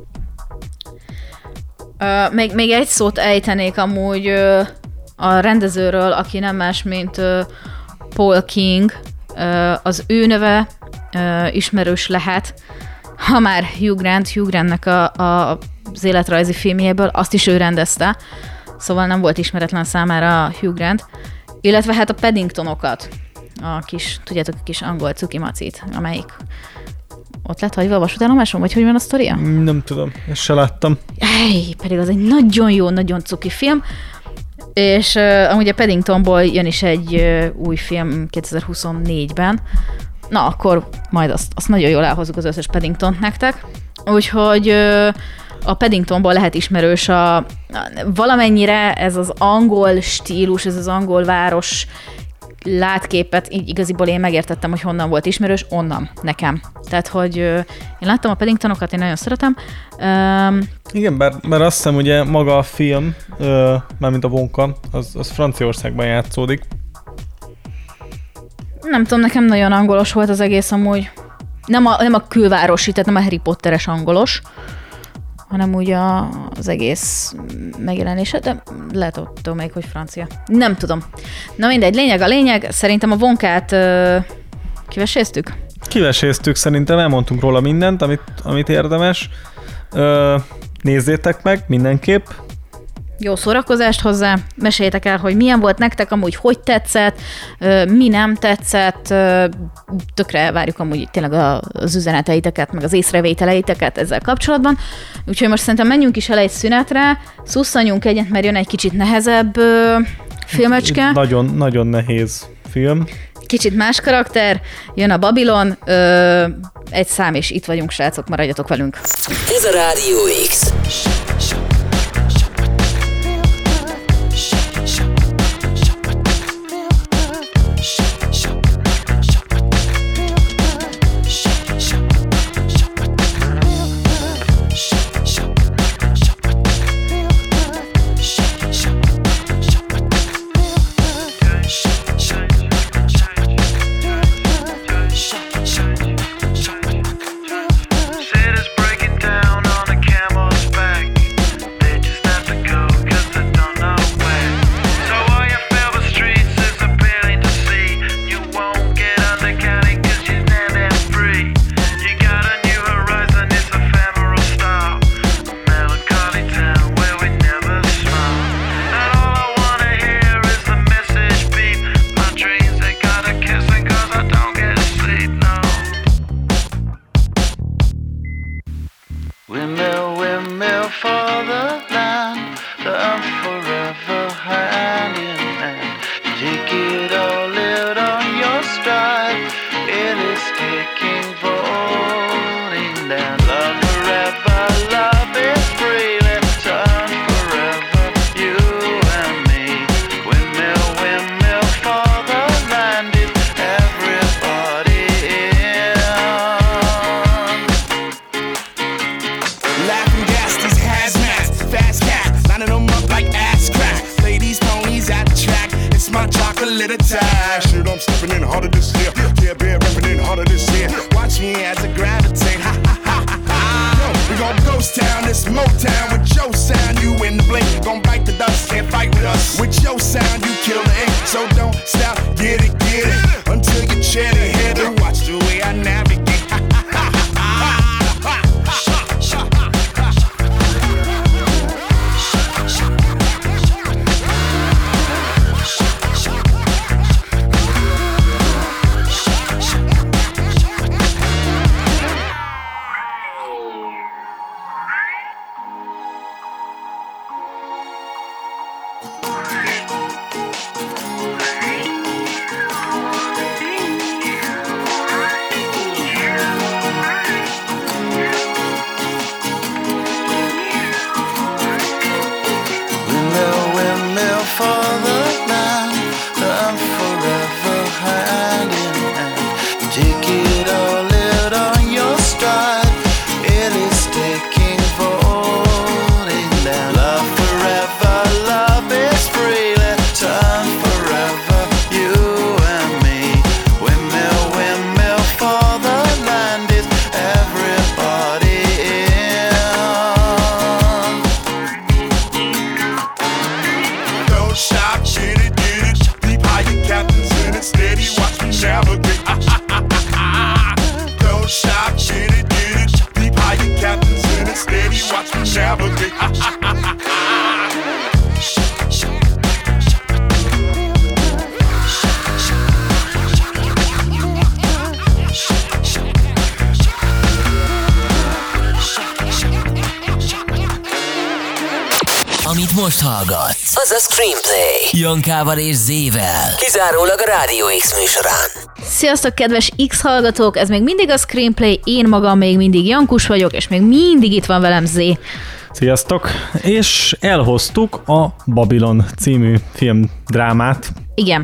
ö, még, még egy szót ejtenék amúgy ö, a rendezőről, aki nem más, mint ö, Paul King. Ö, az ő neve ö, ismerős lehet, ha már Hugh Grant, Hugh Grantnek a, a, az életrajzi filmjéből, azt is ő rendezte, szóval nem volt ismeretlen számára Hugh Grant, illetve hát a Paddingtonokat, a kis, tudjátok, a kis angol cukimacit, amelyik ott lett hagyva a vasútállomáson, vagy hogy van a sztoria? Nem tudom, ezt se láttam. Ej, pedig az egy nagyon jó, nagyon cuki film, és uh, amúgy a Paddingtonból jön is egy uh, új film kétezer-huszonnégyben, na akkor majd azt, azt nagyon jól elhozzuk az összes Paddingtont nektek, úgyhogy uh, a Paddingtonból lehet ismerős a, a valamennyire ez az angol stílus, ez az angol város látképet, így igaziból én megértettem, hogy honnan volt ismerős, onnan nekem. Tehát, hogy uh, én láttam a Paddingtonokat, én nagyon szeretem. Um, Igen, bár, bár azt hiszem, ugye maga a film, uh, mármint a Wonka, az, az Franciaországban játszódik. Nem tudom, nekem nagyon angolos volt az egész amúgy. Nem a, nem a külvárosi, tehát nem a Harry Potteres angolos, hanem úgy a, az egész megjelenése, de lehet attól még, hogy francia. Nem tudom. Na mindegy, lényeg a lényeg. Szerintem a Wonkát ö, kiveséztük? Kiveséztük, szerintem elmondtunk róla mindent, amit, amit érdemes. Ö, nézzétek meg mindenképp. Jó szórakozást hozzá, meséljétek el, hogy milyen volt nektek, amúgy hogy tetszett, mi nem tetszett, tökre várjuk amúgy tényleg az üzeneteiteket, meg az észrevételeiteket ezzel kapcsolatban. Úgyhogy most szerintem menjünk is el egy szünetre, szusszanjunk egyet, mert jön egy kicsit nehezebb filmecske. Nagyon, nagyon nehéz film. Kicsit más karakter, jön a Babylon, ö, egy szám, és itt vagyunk, srácok, maradjatok velünk. Ez a Rádió X. Said it's breaking down on a camel's back. a little tired. Shit, I'm stepping in harder this year. Yeah, been repping in harder this year. Watch me as I gravitate. Ha ha ha ha ha. We gon' ghost town, this Motown with your sound. You in the blink, gon' bite the dust, can't fight with us. With your sound, you kill the ink. So don't stop, get it, get it until you chat it hit it. Watch the way I navigate. Amit most hallgatsz, az a Screenplay Jankával és Zével, kizárólag a Rádió X műsorán. Sziasztok, kedves X hallgatók! Ez még mindig a Screenplay, én magam még mindig Jankus vagyok, és még mindig itt van velem Zé. Sziasztok! És elhoztuk a Babylon című filmdrámát. Igen.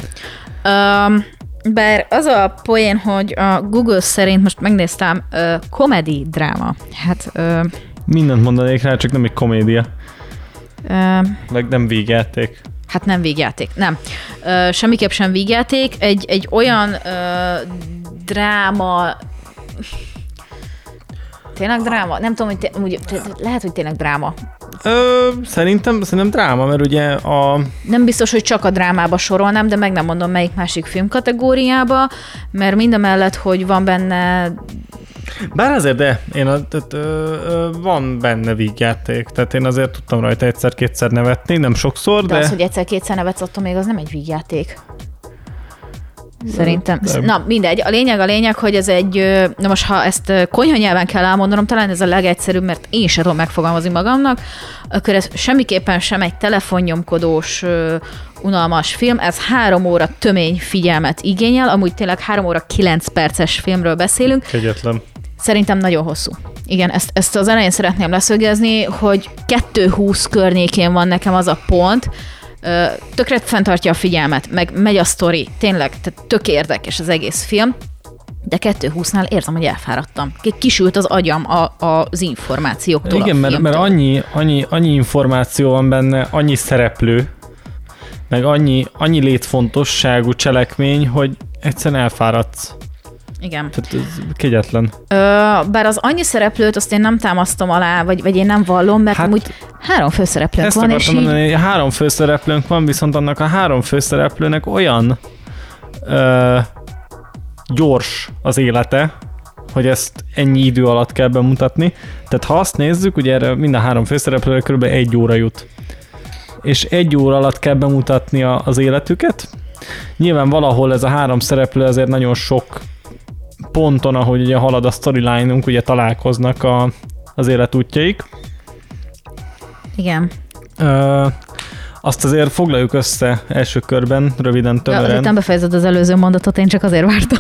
Um, bár az a poén, hogy a Google szerint, most megnéztem, uh, comedy dráma. Hát... Uh, Mindent mondanék rá, csak nem egy komédia. Uh, Meg nem vígjáték. Hát nem vígjáték, nem. Uh, semmiképp sem vígjáték. Egy, egy olyan uh, dráma... Tényleg dráma? Nem tudom, hogy té- úgy, lehet, hogy tényleg dráma. Ö, szerintem, szerintem dráma, mert ugye a... Nem biztos, hogy csak a drámába sorolnám, de meg nem mondom melyik másik film kategóriába, mert mindamellett, hogy van benne... Bár azért, de én a, tehát, ö, ö, van benne vígjáték, tehát én azért tudtam rajta egyszer-kétszer nevetni, nem sokszor, de... De az, hogy egyszer-kétszer nevetsz, attól még az nem egy vígjáték. Szerintem. De... Na, mindegy. A lényeg a lényeg, hogy ez egy, na most ha ezt konyha nyelven kell elmondanom, talán ez a legegyszerűbb, mert én sem tudom megfogalmazni magamnak, akkor ez semmiképpen sem egy telefonnyomkodós, unalmas film, ez három óra tömény figyelmet igényel, amúgy tényleg három óra kilenc perces filmről beszélünk. Kegyetlen. Szerintem nagyon hosszú. Igen, ezt, ezt az elején szeretném leszögezni, hogy kettő húsz környékén van nekem az a pont, tökre fenntartja a figyelmet, meg megy a sztori, tényleg, tehát tök érdekes az egész film, de kettő húsznál érzem, hogy elfáradtam. Kisült az agyam a, a, az információktól. Igen, mert, mert annyi, annyi, annyi információ van benne, annyi szereplő, meg annyi, annyi létfontosságú cselekmény, hogy egyszerűen elfáradsz. Igen. Tehát ez kegyetlen. Ö, bár az annyi szereplőt azt én nem támasztom alá, vagy, vagy én nem vallom, mert hát, amúgy három főszereplőnk van, és így... mondani, három főszereplőnk van, viszont annak a három főszereplőnek olyan ö, gyors az élete, hogy ezt ennyi idő alatt kell bemutatni. Tehát ha azt nézzük, ugye erre mind a három főszereplőre kb. egy óra jut. És egy óra alatt kell bemutatni a, az életüket. Nyilván valahol ez a három szereplő azért nagyon sok ponton, ahogy ugye halad a storyline-unk, ugye találkoznak a, az életútjaik. Igen. Ö, azt azért foglaljuk össze első körben, röviden, tömören. Ja, azért nem befejezed az előző mondatot, én csak azért vártam.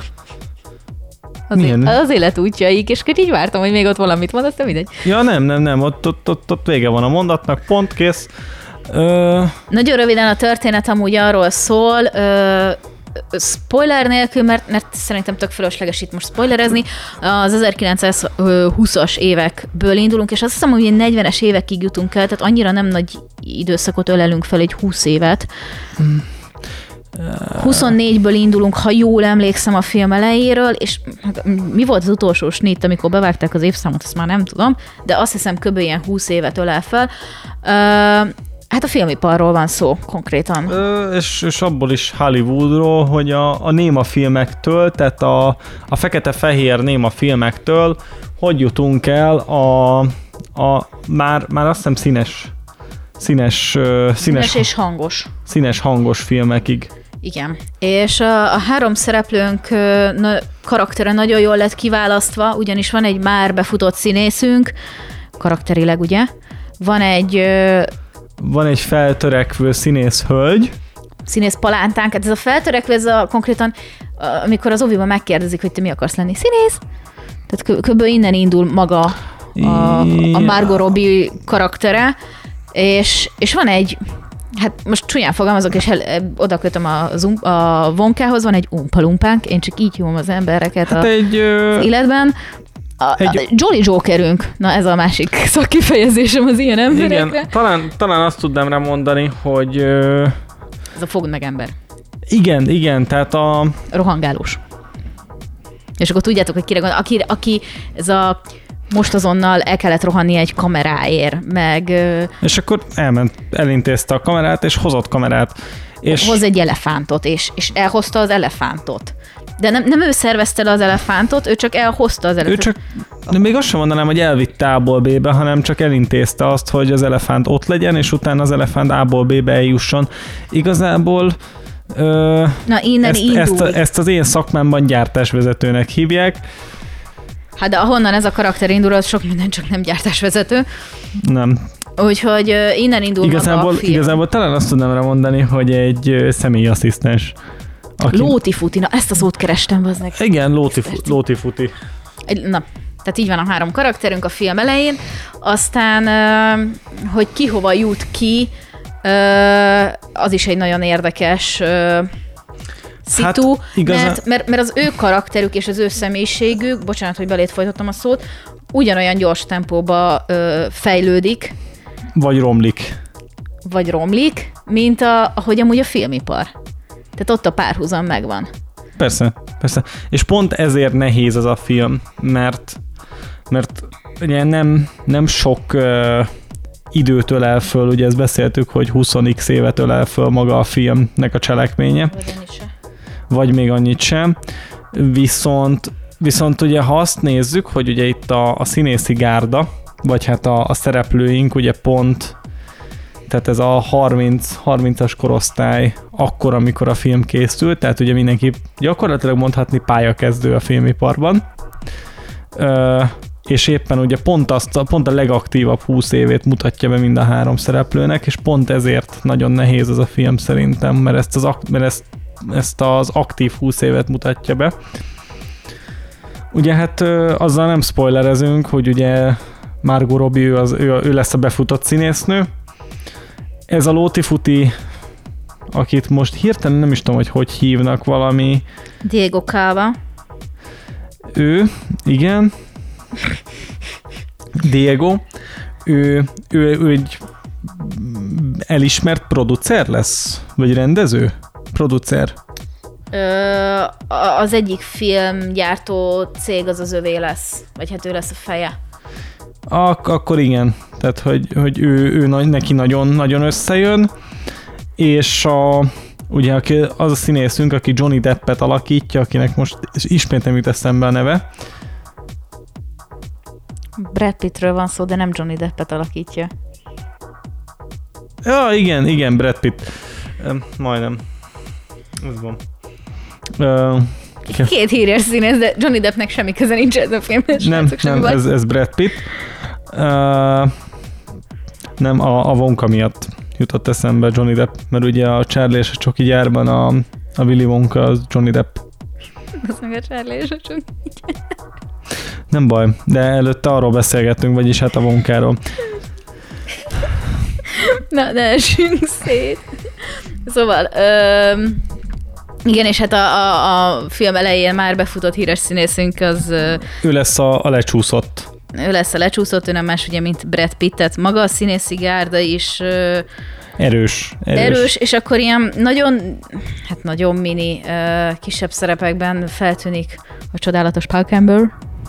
Az, Milyen? Az életútjaik, és így vártam, hogy még ott valamit mondasz, de mindegy. Ja, nem, nem, nem, ott, ott, ott, ott vége van a mondatnak, pont, kész. Ö... Nagyon röviden a történet amúgy arról szól, ö, spoiler nélkül, mert, mert szerintem tök fölösleges itt most spoilerezni, az ezerkilencszázhúszas évekből indulunk, és azt hiszem, hogy negyvenes évekig jutunk el, tehát annyira nem nagy időszakot ölelünk fel, egy húsz évet. huszonnégyből indulunk, ha jól emlékszem a film elejéről, és hát, mi volt az utolsó snitt, amikor bevágták az évszámot, azt már nem tudom, de azt hiszem kb. Ilyen húsz évet ölel fel. Uh, hát a filmiparról van szó konkrétan. Ö, és, és abból is Hollywoodról, hogy a, a néma filmektől, tehát a, a fekete-fehér néma filmektől hogy jutunk el a, a már, már azt hiszem színes Színes, színes, színes és hangos. Színes hangos filmekig. Igen. És a, a három szereplőnk na, karaktere nagyon jól lett kiválasztva, ugyanis van egy már befutott színészünk, karakterileg ugye, van egy... Van egy feltörekvő színész hölgy. Színész palántánk, hát ez a feltörekvő, ez a konkrétan, amikor az oviban megkérdezik, hogy te mi akarsz lenni, színész? Tehát kb. Innen indul maga a, a Margot Robbie karaktere, És, és van egy, hát most csúnyán fogalmazok, és oda kötöm a, a Wonkához, van egy umpalumpánk, én csak így hívom az embereket hát a, egy, az életben. A, egy, a Jolly Jokerünk, na ez a másik szakkifejezésem az ilyen emberekre. Igen, talán, talán azt tudnám rá mondani, hogy... Ez a fogd meg ember. Igen, igen, tehát a... Rohangálós. És akkor tudjátok, hogy kire gondol, aki, aki ez a... most azonnal el kellett rohanni egy kameráért, meg... És akkor elment, elintézte a kamerát, és hozott kamerát. És... Hoz egy elefántot, és, és elhozta az elefántot. De nem, nem ő szervezte le az elefántot, ő csak elhozta az elefántot. Ő csak, de még azt sem mondanám, hogy elvitte A-ból B-be, hanem csak elintézte azt, hogy az elefánt ott legyen, és utána az elefánt A-ból B-be eljusson. Igazából... Ö, Na, innen ezt, indul. Ezt, ezt az én szakmámban gyártásvezetőnek hívják. Hát de ahonnan ez a karakter indul, az sok minden, csak nem gyártásvezető. Nem. Úgyhogy uh, innen indul igazából, maga a film. Igazából talán azt tudnám rá mondani, hogy egy uh, személyi asszisztens. Aki... Lóti-futi, na ezt a szót kerestem, bazdmeg. Igen, lóti-futi. Lóti-futi. Na, tehát így van a három karakterünk a film elején, aztán, uh, hogy ki hova jut ki, uh, az is egy nagyon érdekes... Uh, szitu, hát, igazán... mert, mert, mert az ő karakterük és az ő személyiségük, bocsánat, hogy belét folytattam a szót, ugyanolyan gyors tempóba ö, fejlődik. Vagy romlik. Vagy romlik, mint a, ahogy amúgy a filmipar. Tehát ott a párhuzam megvan. Persze, persze. És pont ezért nehéz ez a film, mert, mert ugye nem, nem sok ö, időt ölel föl, ugye ezt beszéltük, hogy húsz x évet ölel föl maga a filmnek a cselekménye. Vagy még annyit sem. Viszont, viszont ugye ha azt nézzük, hogy ugye itt a, a színészi gárda, vagy hát a, a szereplőink ugye pont, tehát ez a harminc, harmincas korosztály akkor, amikor a film készült, tehát ugye mindenki gyakorlatilag mondhatni pályakezdő a filmiparban. Ö, és éppen ugye pont, azt, pont a legaktívabb húsz évét mutatja be mind a három szereplőnek, és pont ezért nagyon nehéz ez a film szerintem, mert ezt az, mert ezt ezt az aktív húsz évet mutatja be. Ugye hát azzal nem spoilerezünk, hogy ugye Margot Robbie, ő, az, ő, ő lesz a befutott színésznő. Ez a lóti-futi, akit most hirtelen nem is tudom, hogy hogy hívnak, valami... Diego Calva. Ő, igen. Diego. Ő, ő, ő egy elismert producer lesz? Vagy rendező? Producer. Ö, az egyik filmgyártó cég az az övé lesz, vagy hát ő lesz a feje. Ak- akkor igen, tehát hogy, hogy ő, ő neki nagyon, nagyon összejön, és a, ugye az a színészünk, aki Johnny Deppet alakítja, akinek most ismét nem jut eszembe a neve. Brad Pittről van szó, de nem Johnny Deppet alakítja. Ja, igen, igen, Brad Pitt. Majdnem. Ez van. Uh, Két híres színész, de Johnny Deppnek semmi köze nincs ez a filmhez. Nem, nem ez, ez Brad Pitt. Uh, nem, a, a Wonka miatt jutott eszembe Johnny Depp, mert ugye a Charlie és a Csoki gyárban a, a Willy Wonka az Johnny Depp. Az meg a Charlie és a Csoki. Nem baj, de előtte arról beszélgettünk, vagyis hát a Wonkáról. Na, ne essünk szét. Szóval, öm, igen, és hát a, a, a film elején már befutott híres színészünk az... Ő lesz a, a lecsúszott. Ő lesz a lecsúszott, ő nem más ugye, mint Brad Pitt, tehát maga a színészi gárda is ö, Erős, erős. Erős, és akkor ilyen nagyon, hát nagyon mini, uh, kisebb szerepekben feltűnik a csodálatos Paul Campbell,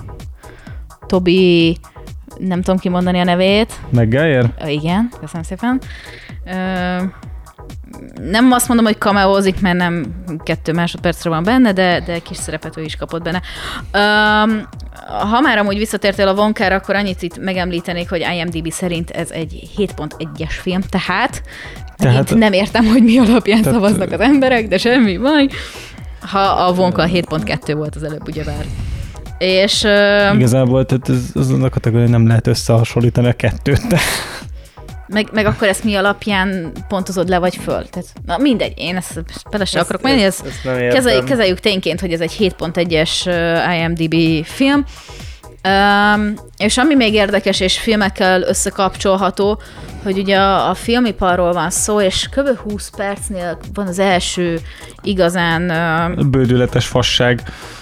Toby, nem tudom kimondani a nevét. McGuire? Uh, igen, köszönöm szépen. Uh, nem azt mondom, hogy cameózik, mert nem kettő másodpercre van benne, de, de kis szerepet ő is kapott benne. Um, ha már amúgy visszatértél a Wonkára, akkor annyit itt megemlítenék, hogy IMDb szerint ez egy hét pont egyes film, tehát, tehát nem értem, hogy mi alapján tehát, szavaznak az emberek, de semmi baj. Ha a Wonka hét pont kettő volt az előbb, ugyebár. És... Uh, Igazából tehát ez, azon a kategórián nem lehet összehasonlítani a kettőt, de... Meg, meg akkor ezt mi alapján pontozod le, vagy föl? Tehát, na mindegy, én ezt bele sem akarok menni, ezt, ezt kezeljük, kezeljük tényként, hogy ez egy hét pont egyes IMDb film. Um, és ami még érdekes, és filmekkel összekapcsolható, hogy ugye a, a filmiparról van szó, és kb. húsz percnél van az első igazán... Uh, bődületes fasság.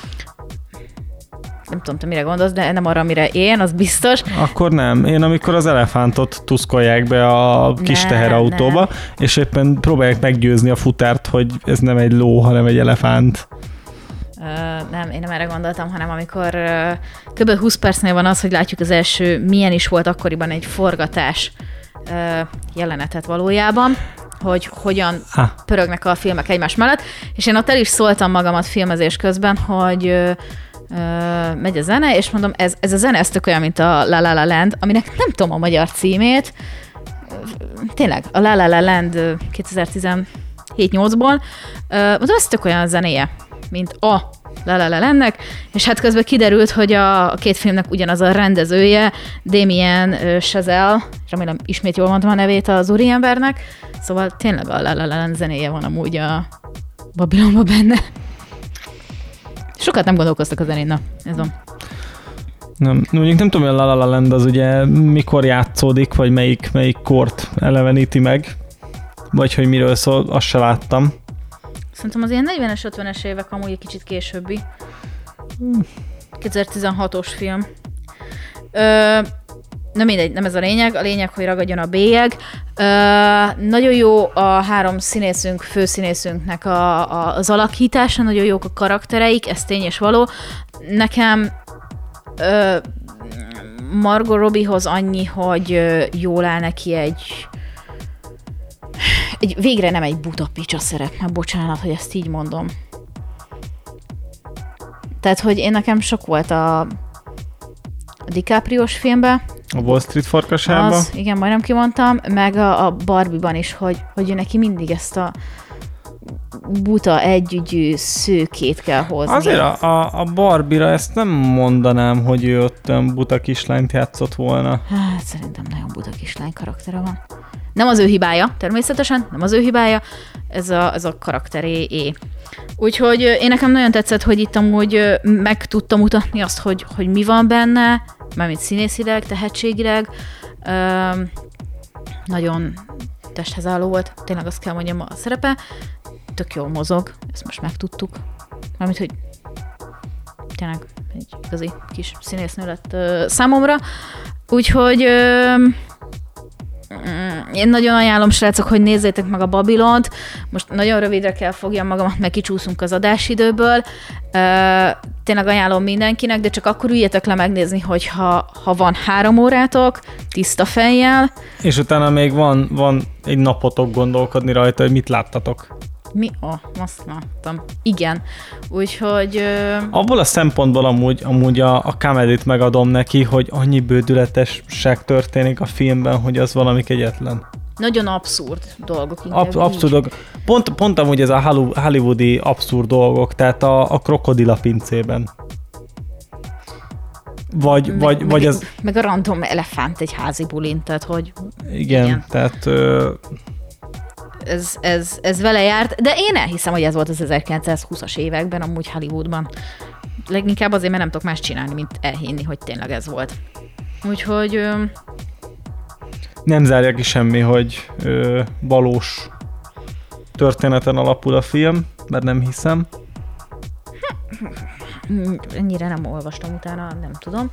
Nem tudom, te mire gondolsz, de nem arra, amire én, az biztos. Akkor nem. Én amikor az elefántot tuszkolják be a kis ne, teherautóba, nem. És éppen próbálják meggyőzni a futárt, hogy ez nem egy ló, hanem egy elefánt. Uh, nem, én nem erre gondoltam, hanem amikor uh, kb. húsz percnél van az, hogy látjuk az első, milyen is volt akkoriban egy forgatás uh, jelenetet valójában, hogy hogyan ah. pörögnek a filmek egymás mellett, és én ott el is szóltam magamat filmezés közben, hogy uh, Uh, megy a zene, és mondom, ez, ez a zene, ez tök olyan, mint a La La La Land, aminek nem tudom a magyar címét. Tényleg, a La La La Land kétezer-tizenhét nyolcból. Uh, mondom, ez tök olyan zenéje, mint a La La La Landnek, és hát közben kiderült, hogy a két filmnek ugyanaz a rendezője, Damien Chazelle, remélem ismét jól mondtam a nevét az úriembernek, szóval tényleg a La La La Land zenéje van amúgy a Babilonban benne. Sokat nem gondolkoztak a zenén, na, ez van. Nem, mondjuk nem tudom, hogy a La La La Land az ugye mikor játszódik, vagy melyik, melyik kort eleveníti meg, vagy hogy miről szól, azt se láttam. Szerintem az ilyen negyvenes, ötvenes évek amúgy egy kicsit későbbi. kétezer-tizenhatos film. Ö, na mindegy, nem ez a lényeg. A lényeg, hogy ragadjon a bélyeg. Ö, nagyon jó a három színészünk, főszínészünknek a, a, az alakítása, nagyon jók a karaktereik, ez tény és való. Nekem ö, Margot Robbiehoz annyi, hogy jól áll neki egy, egy végre nem egy buta picsa szerep, már bocsánat, hogy ezt így mondom. Tehát, hogy én nekem sok volt a, a DiCaprio-s filmben. A Wall Street farkasában? Az, igen, majdnem kimondtam, meg a, a Barbie-ban is, hogy, hogy ő neki mindig ezt a buta, együgyű szőkét kell hozni. Azért a, a, a Barbie-ra ezt nem mondanám, hogy ő ott buta kislányt játszott volna. Hát szerintem nagyon buta kislány karaktere van. Nem az ő hibája, természetesen, nem az ő hibája, ez a, ez a karakteré. Úgyhogy én nekem nagyon tetszett, hogy itt amúgy meg tudtam mutatni azt, hogy, hogy mi van benne, mármint színészileg, tehetségileg. Üm, nagyon testhez álló volt, tényleg azt kell mondjam a szerepe. Tök jól mozog, ezt most megtudtuk. Mármint, hogy tényleg egy igazi kis színésznő lett uh, számomra. Úgyhogy uh, én nagyon ajánlom, srácok, hogy nézzétek meg a Babilont. Most nagyon rövidre kell fogjam magamat, mert kicsúszunk az adásidőből. Uh, tényleg ajánlom mindenkinek, de csak akkor üljetek le megnézni, hogyha ha van három órátok, tiszta fejjel. És utána még van, van egy napotok gondolkodni rajta, hogy mit láttatok. Mi? Oh, azt láttam. Igen. Úgyhogy... Uh... Abból a szempontból amúgy, amúgy a, a comedy-t megadom neki, hogy annyi bődületesség történik a filmben, hogy az valami kegyetlen. Nagyon abszurd dolgok. Ab, abszurd dolgok. Pont, pont amúgy ez a hollywoodi abszurd dolgok, tehát a, a krokodil a pincében. Vagy, meg, vagy, meg, vagy az... Meg a random elefánt egy házi bulin, tehát hogy... Igen, igen. tehát... Ö... Ez, ez, ez vele járt, de én elhiszem, hogy ez volt az ezerkilencszázhúszas években, amúgy Hollywoodban. Leginkább azért, mert nem tudok más csinálni, mint elhinni, hogy tényleg ez volt. Úgyhogy... Ö... Nem zárja ki semmi, hogy ö, valós történeten alapul a film, mert nem hiszem. Ennyire nem olvastam utána, nem tudom.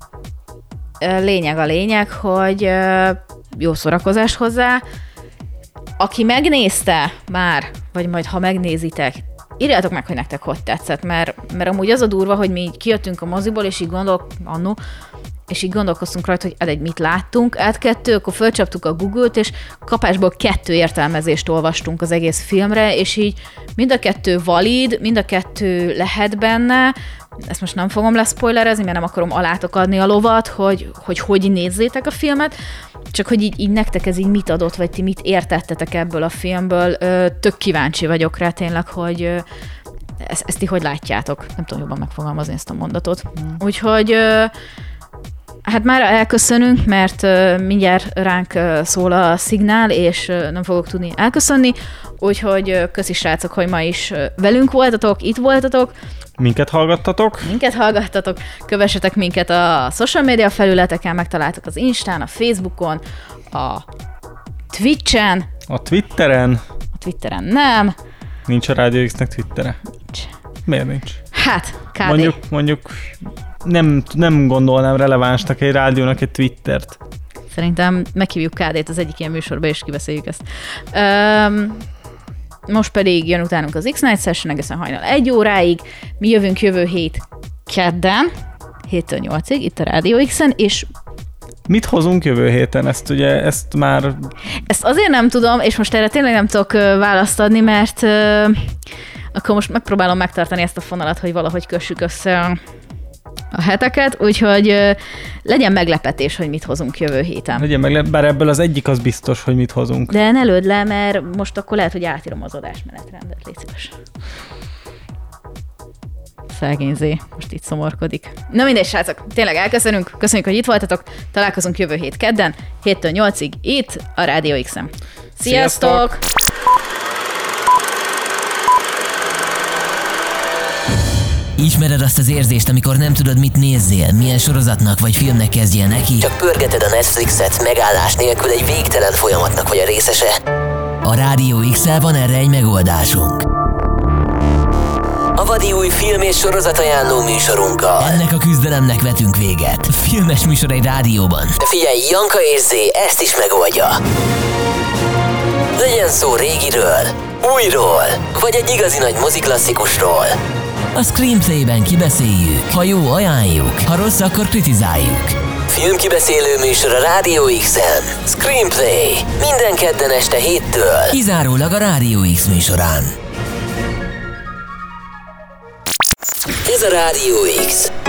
Lényeg a lényeg, hogy jó szórakozás hozzá. aki megnézte már, vagy majd ha megnézitek, írjátok meg, hogy nektek hogy tetszett, mert, mert amúgy az a durva, hogy mi így kijöttünk a moziból, és így gondolok, annó, és így gondolkoztunk rajta, hogy ed egy mit láttunk, át kettő, akkor fölcsaptuk a Google-t, és kapásból kettő értelmezést olvastunk az egész filmre, és így mind a kettő valid, mind a kettő lehet benne, ezt most nem fogom leszpoilerezni, mert nem akarom alátok adni a lovat, hogy hogy, hogy nézzétek a filmet, csak hogy így, így nektek ez így mit adott, vagy ti mit értettetek ebből a filmből. Ö, tök kíváncsi vagyok rá tényleg, hogy ö, ezt, ezt ti hogy látjátok. Nem tudom jobban megfogalmazni ezt a mondatot. Mm. Úgyhogy ö, hát már elköszönünk, mert ö, mindjárt ránk ö, szól a szignál, és ö, nem fogok tudni elköszönni. Úgyhogy ö, köszi srácok, hogy ma is ö, velünk voltatok, itt voltatok. Minket hallgattatok. Minket hallgattatok, kövessetek minket a social media felületeken, megtaláltok az Instán, a Facebookon, a Twitchen. A Twitteren. A Twitteren nem. Nincs a Rádió X-nek Twittere? Nincs. Miért nincs? Hát, ká dé. Mondjuk, mondjuk nem, nem gondolnám relevánsnak egy rádiónak egy Twittert. Szerintem meghívjuk ká dét az egyik ilyen műsorba, és kibeszéljük ezt. Um, Most pedig jön utánunk az X-Night Session, egészen hajnal egy óráig. Mi jövünk jövő hét kedden, héttől nyolcig, itt a Rádió X-en, és mit hozunk jövő héten? Ezt ugye, ezt már... Ezt azért nem tudom, és most erre tényleg nem tudok választ adni, mert uh, akkor most megpróbálom megtartani ezt a fonalat, hogy valahogy kössük össze a heteket, úgyhogy uh, legyen meglepetés, hogy mit hozunk jövő héten. Legyen meglepetés, bár ebből az egyik az biztos, hogy mit hozunk. De ne lőd le, mert most akkor lehet, hogy átírom az adásmenetrendet, légy szíves. Szegény Zé, most itt szomorkodik. Na mindegy, srácok, tényleg elköszönünk, köszönjük, hogy itt voltatok, találkozunk jövő hét kedden, héttől nyolcig itt a Rádió X-en. Sziasztok! Sziasztok! Ismered azt az érzést, amikor nem tudod, mit nézzél, milyen sorozatnak vagy filmnek kezdjél neki? Csak pörgeted a Netflixet, megállás nélkül egy végtelen folyamatnak vagy a részese. A Rádió X-el van erre egy megoldásunk. A vadi új film és sorozat ajánló műsorunkkal. Ennek a küzdelemnek vetünk véget. Filmes műsor egy rádióban. De figyelj, Janka és Zé ezt is megoldja. Legyen szó régiről, újról, vagy egy igazi nagy moziklasszikusról. A Screenplay-ben kibeszéljük, ha jó, ajánljuk, ha rossz, akkor kritizáljuk. Filmkibeszélő műsor a Rádió X-en. Screenplay. Minden kedden este héttől. Kizárólag a Rádió X műsorán. Ez a Rádió X.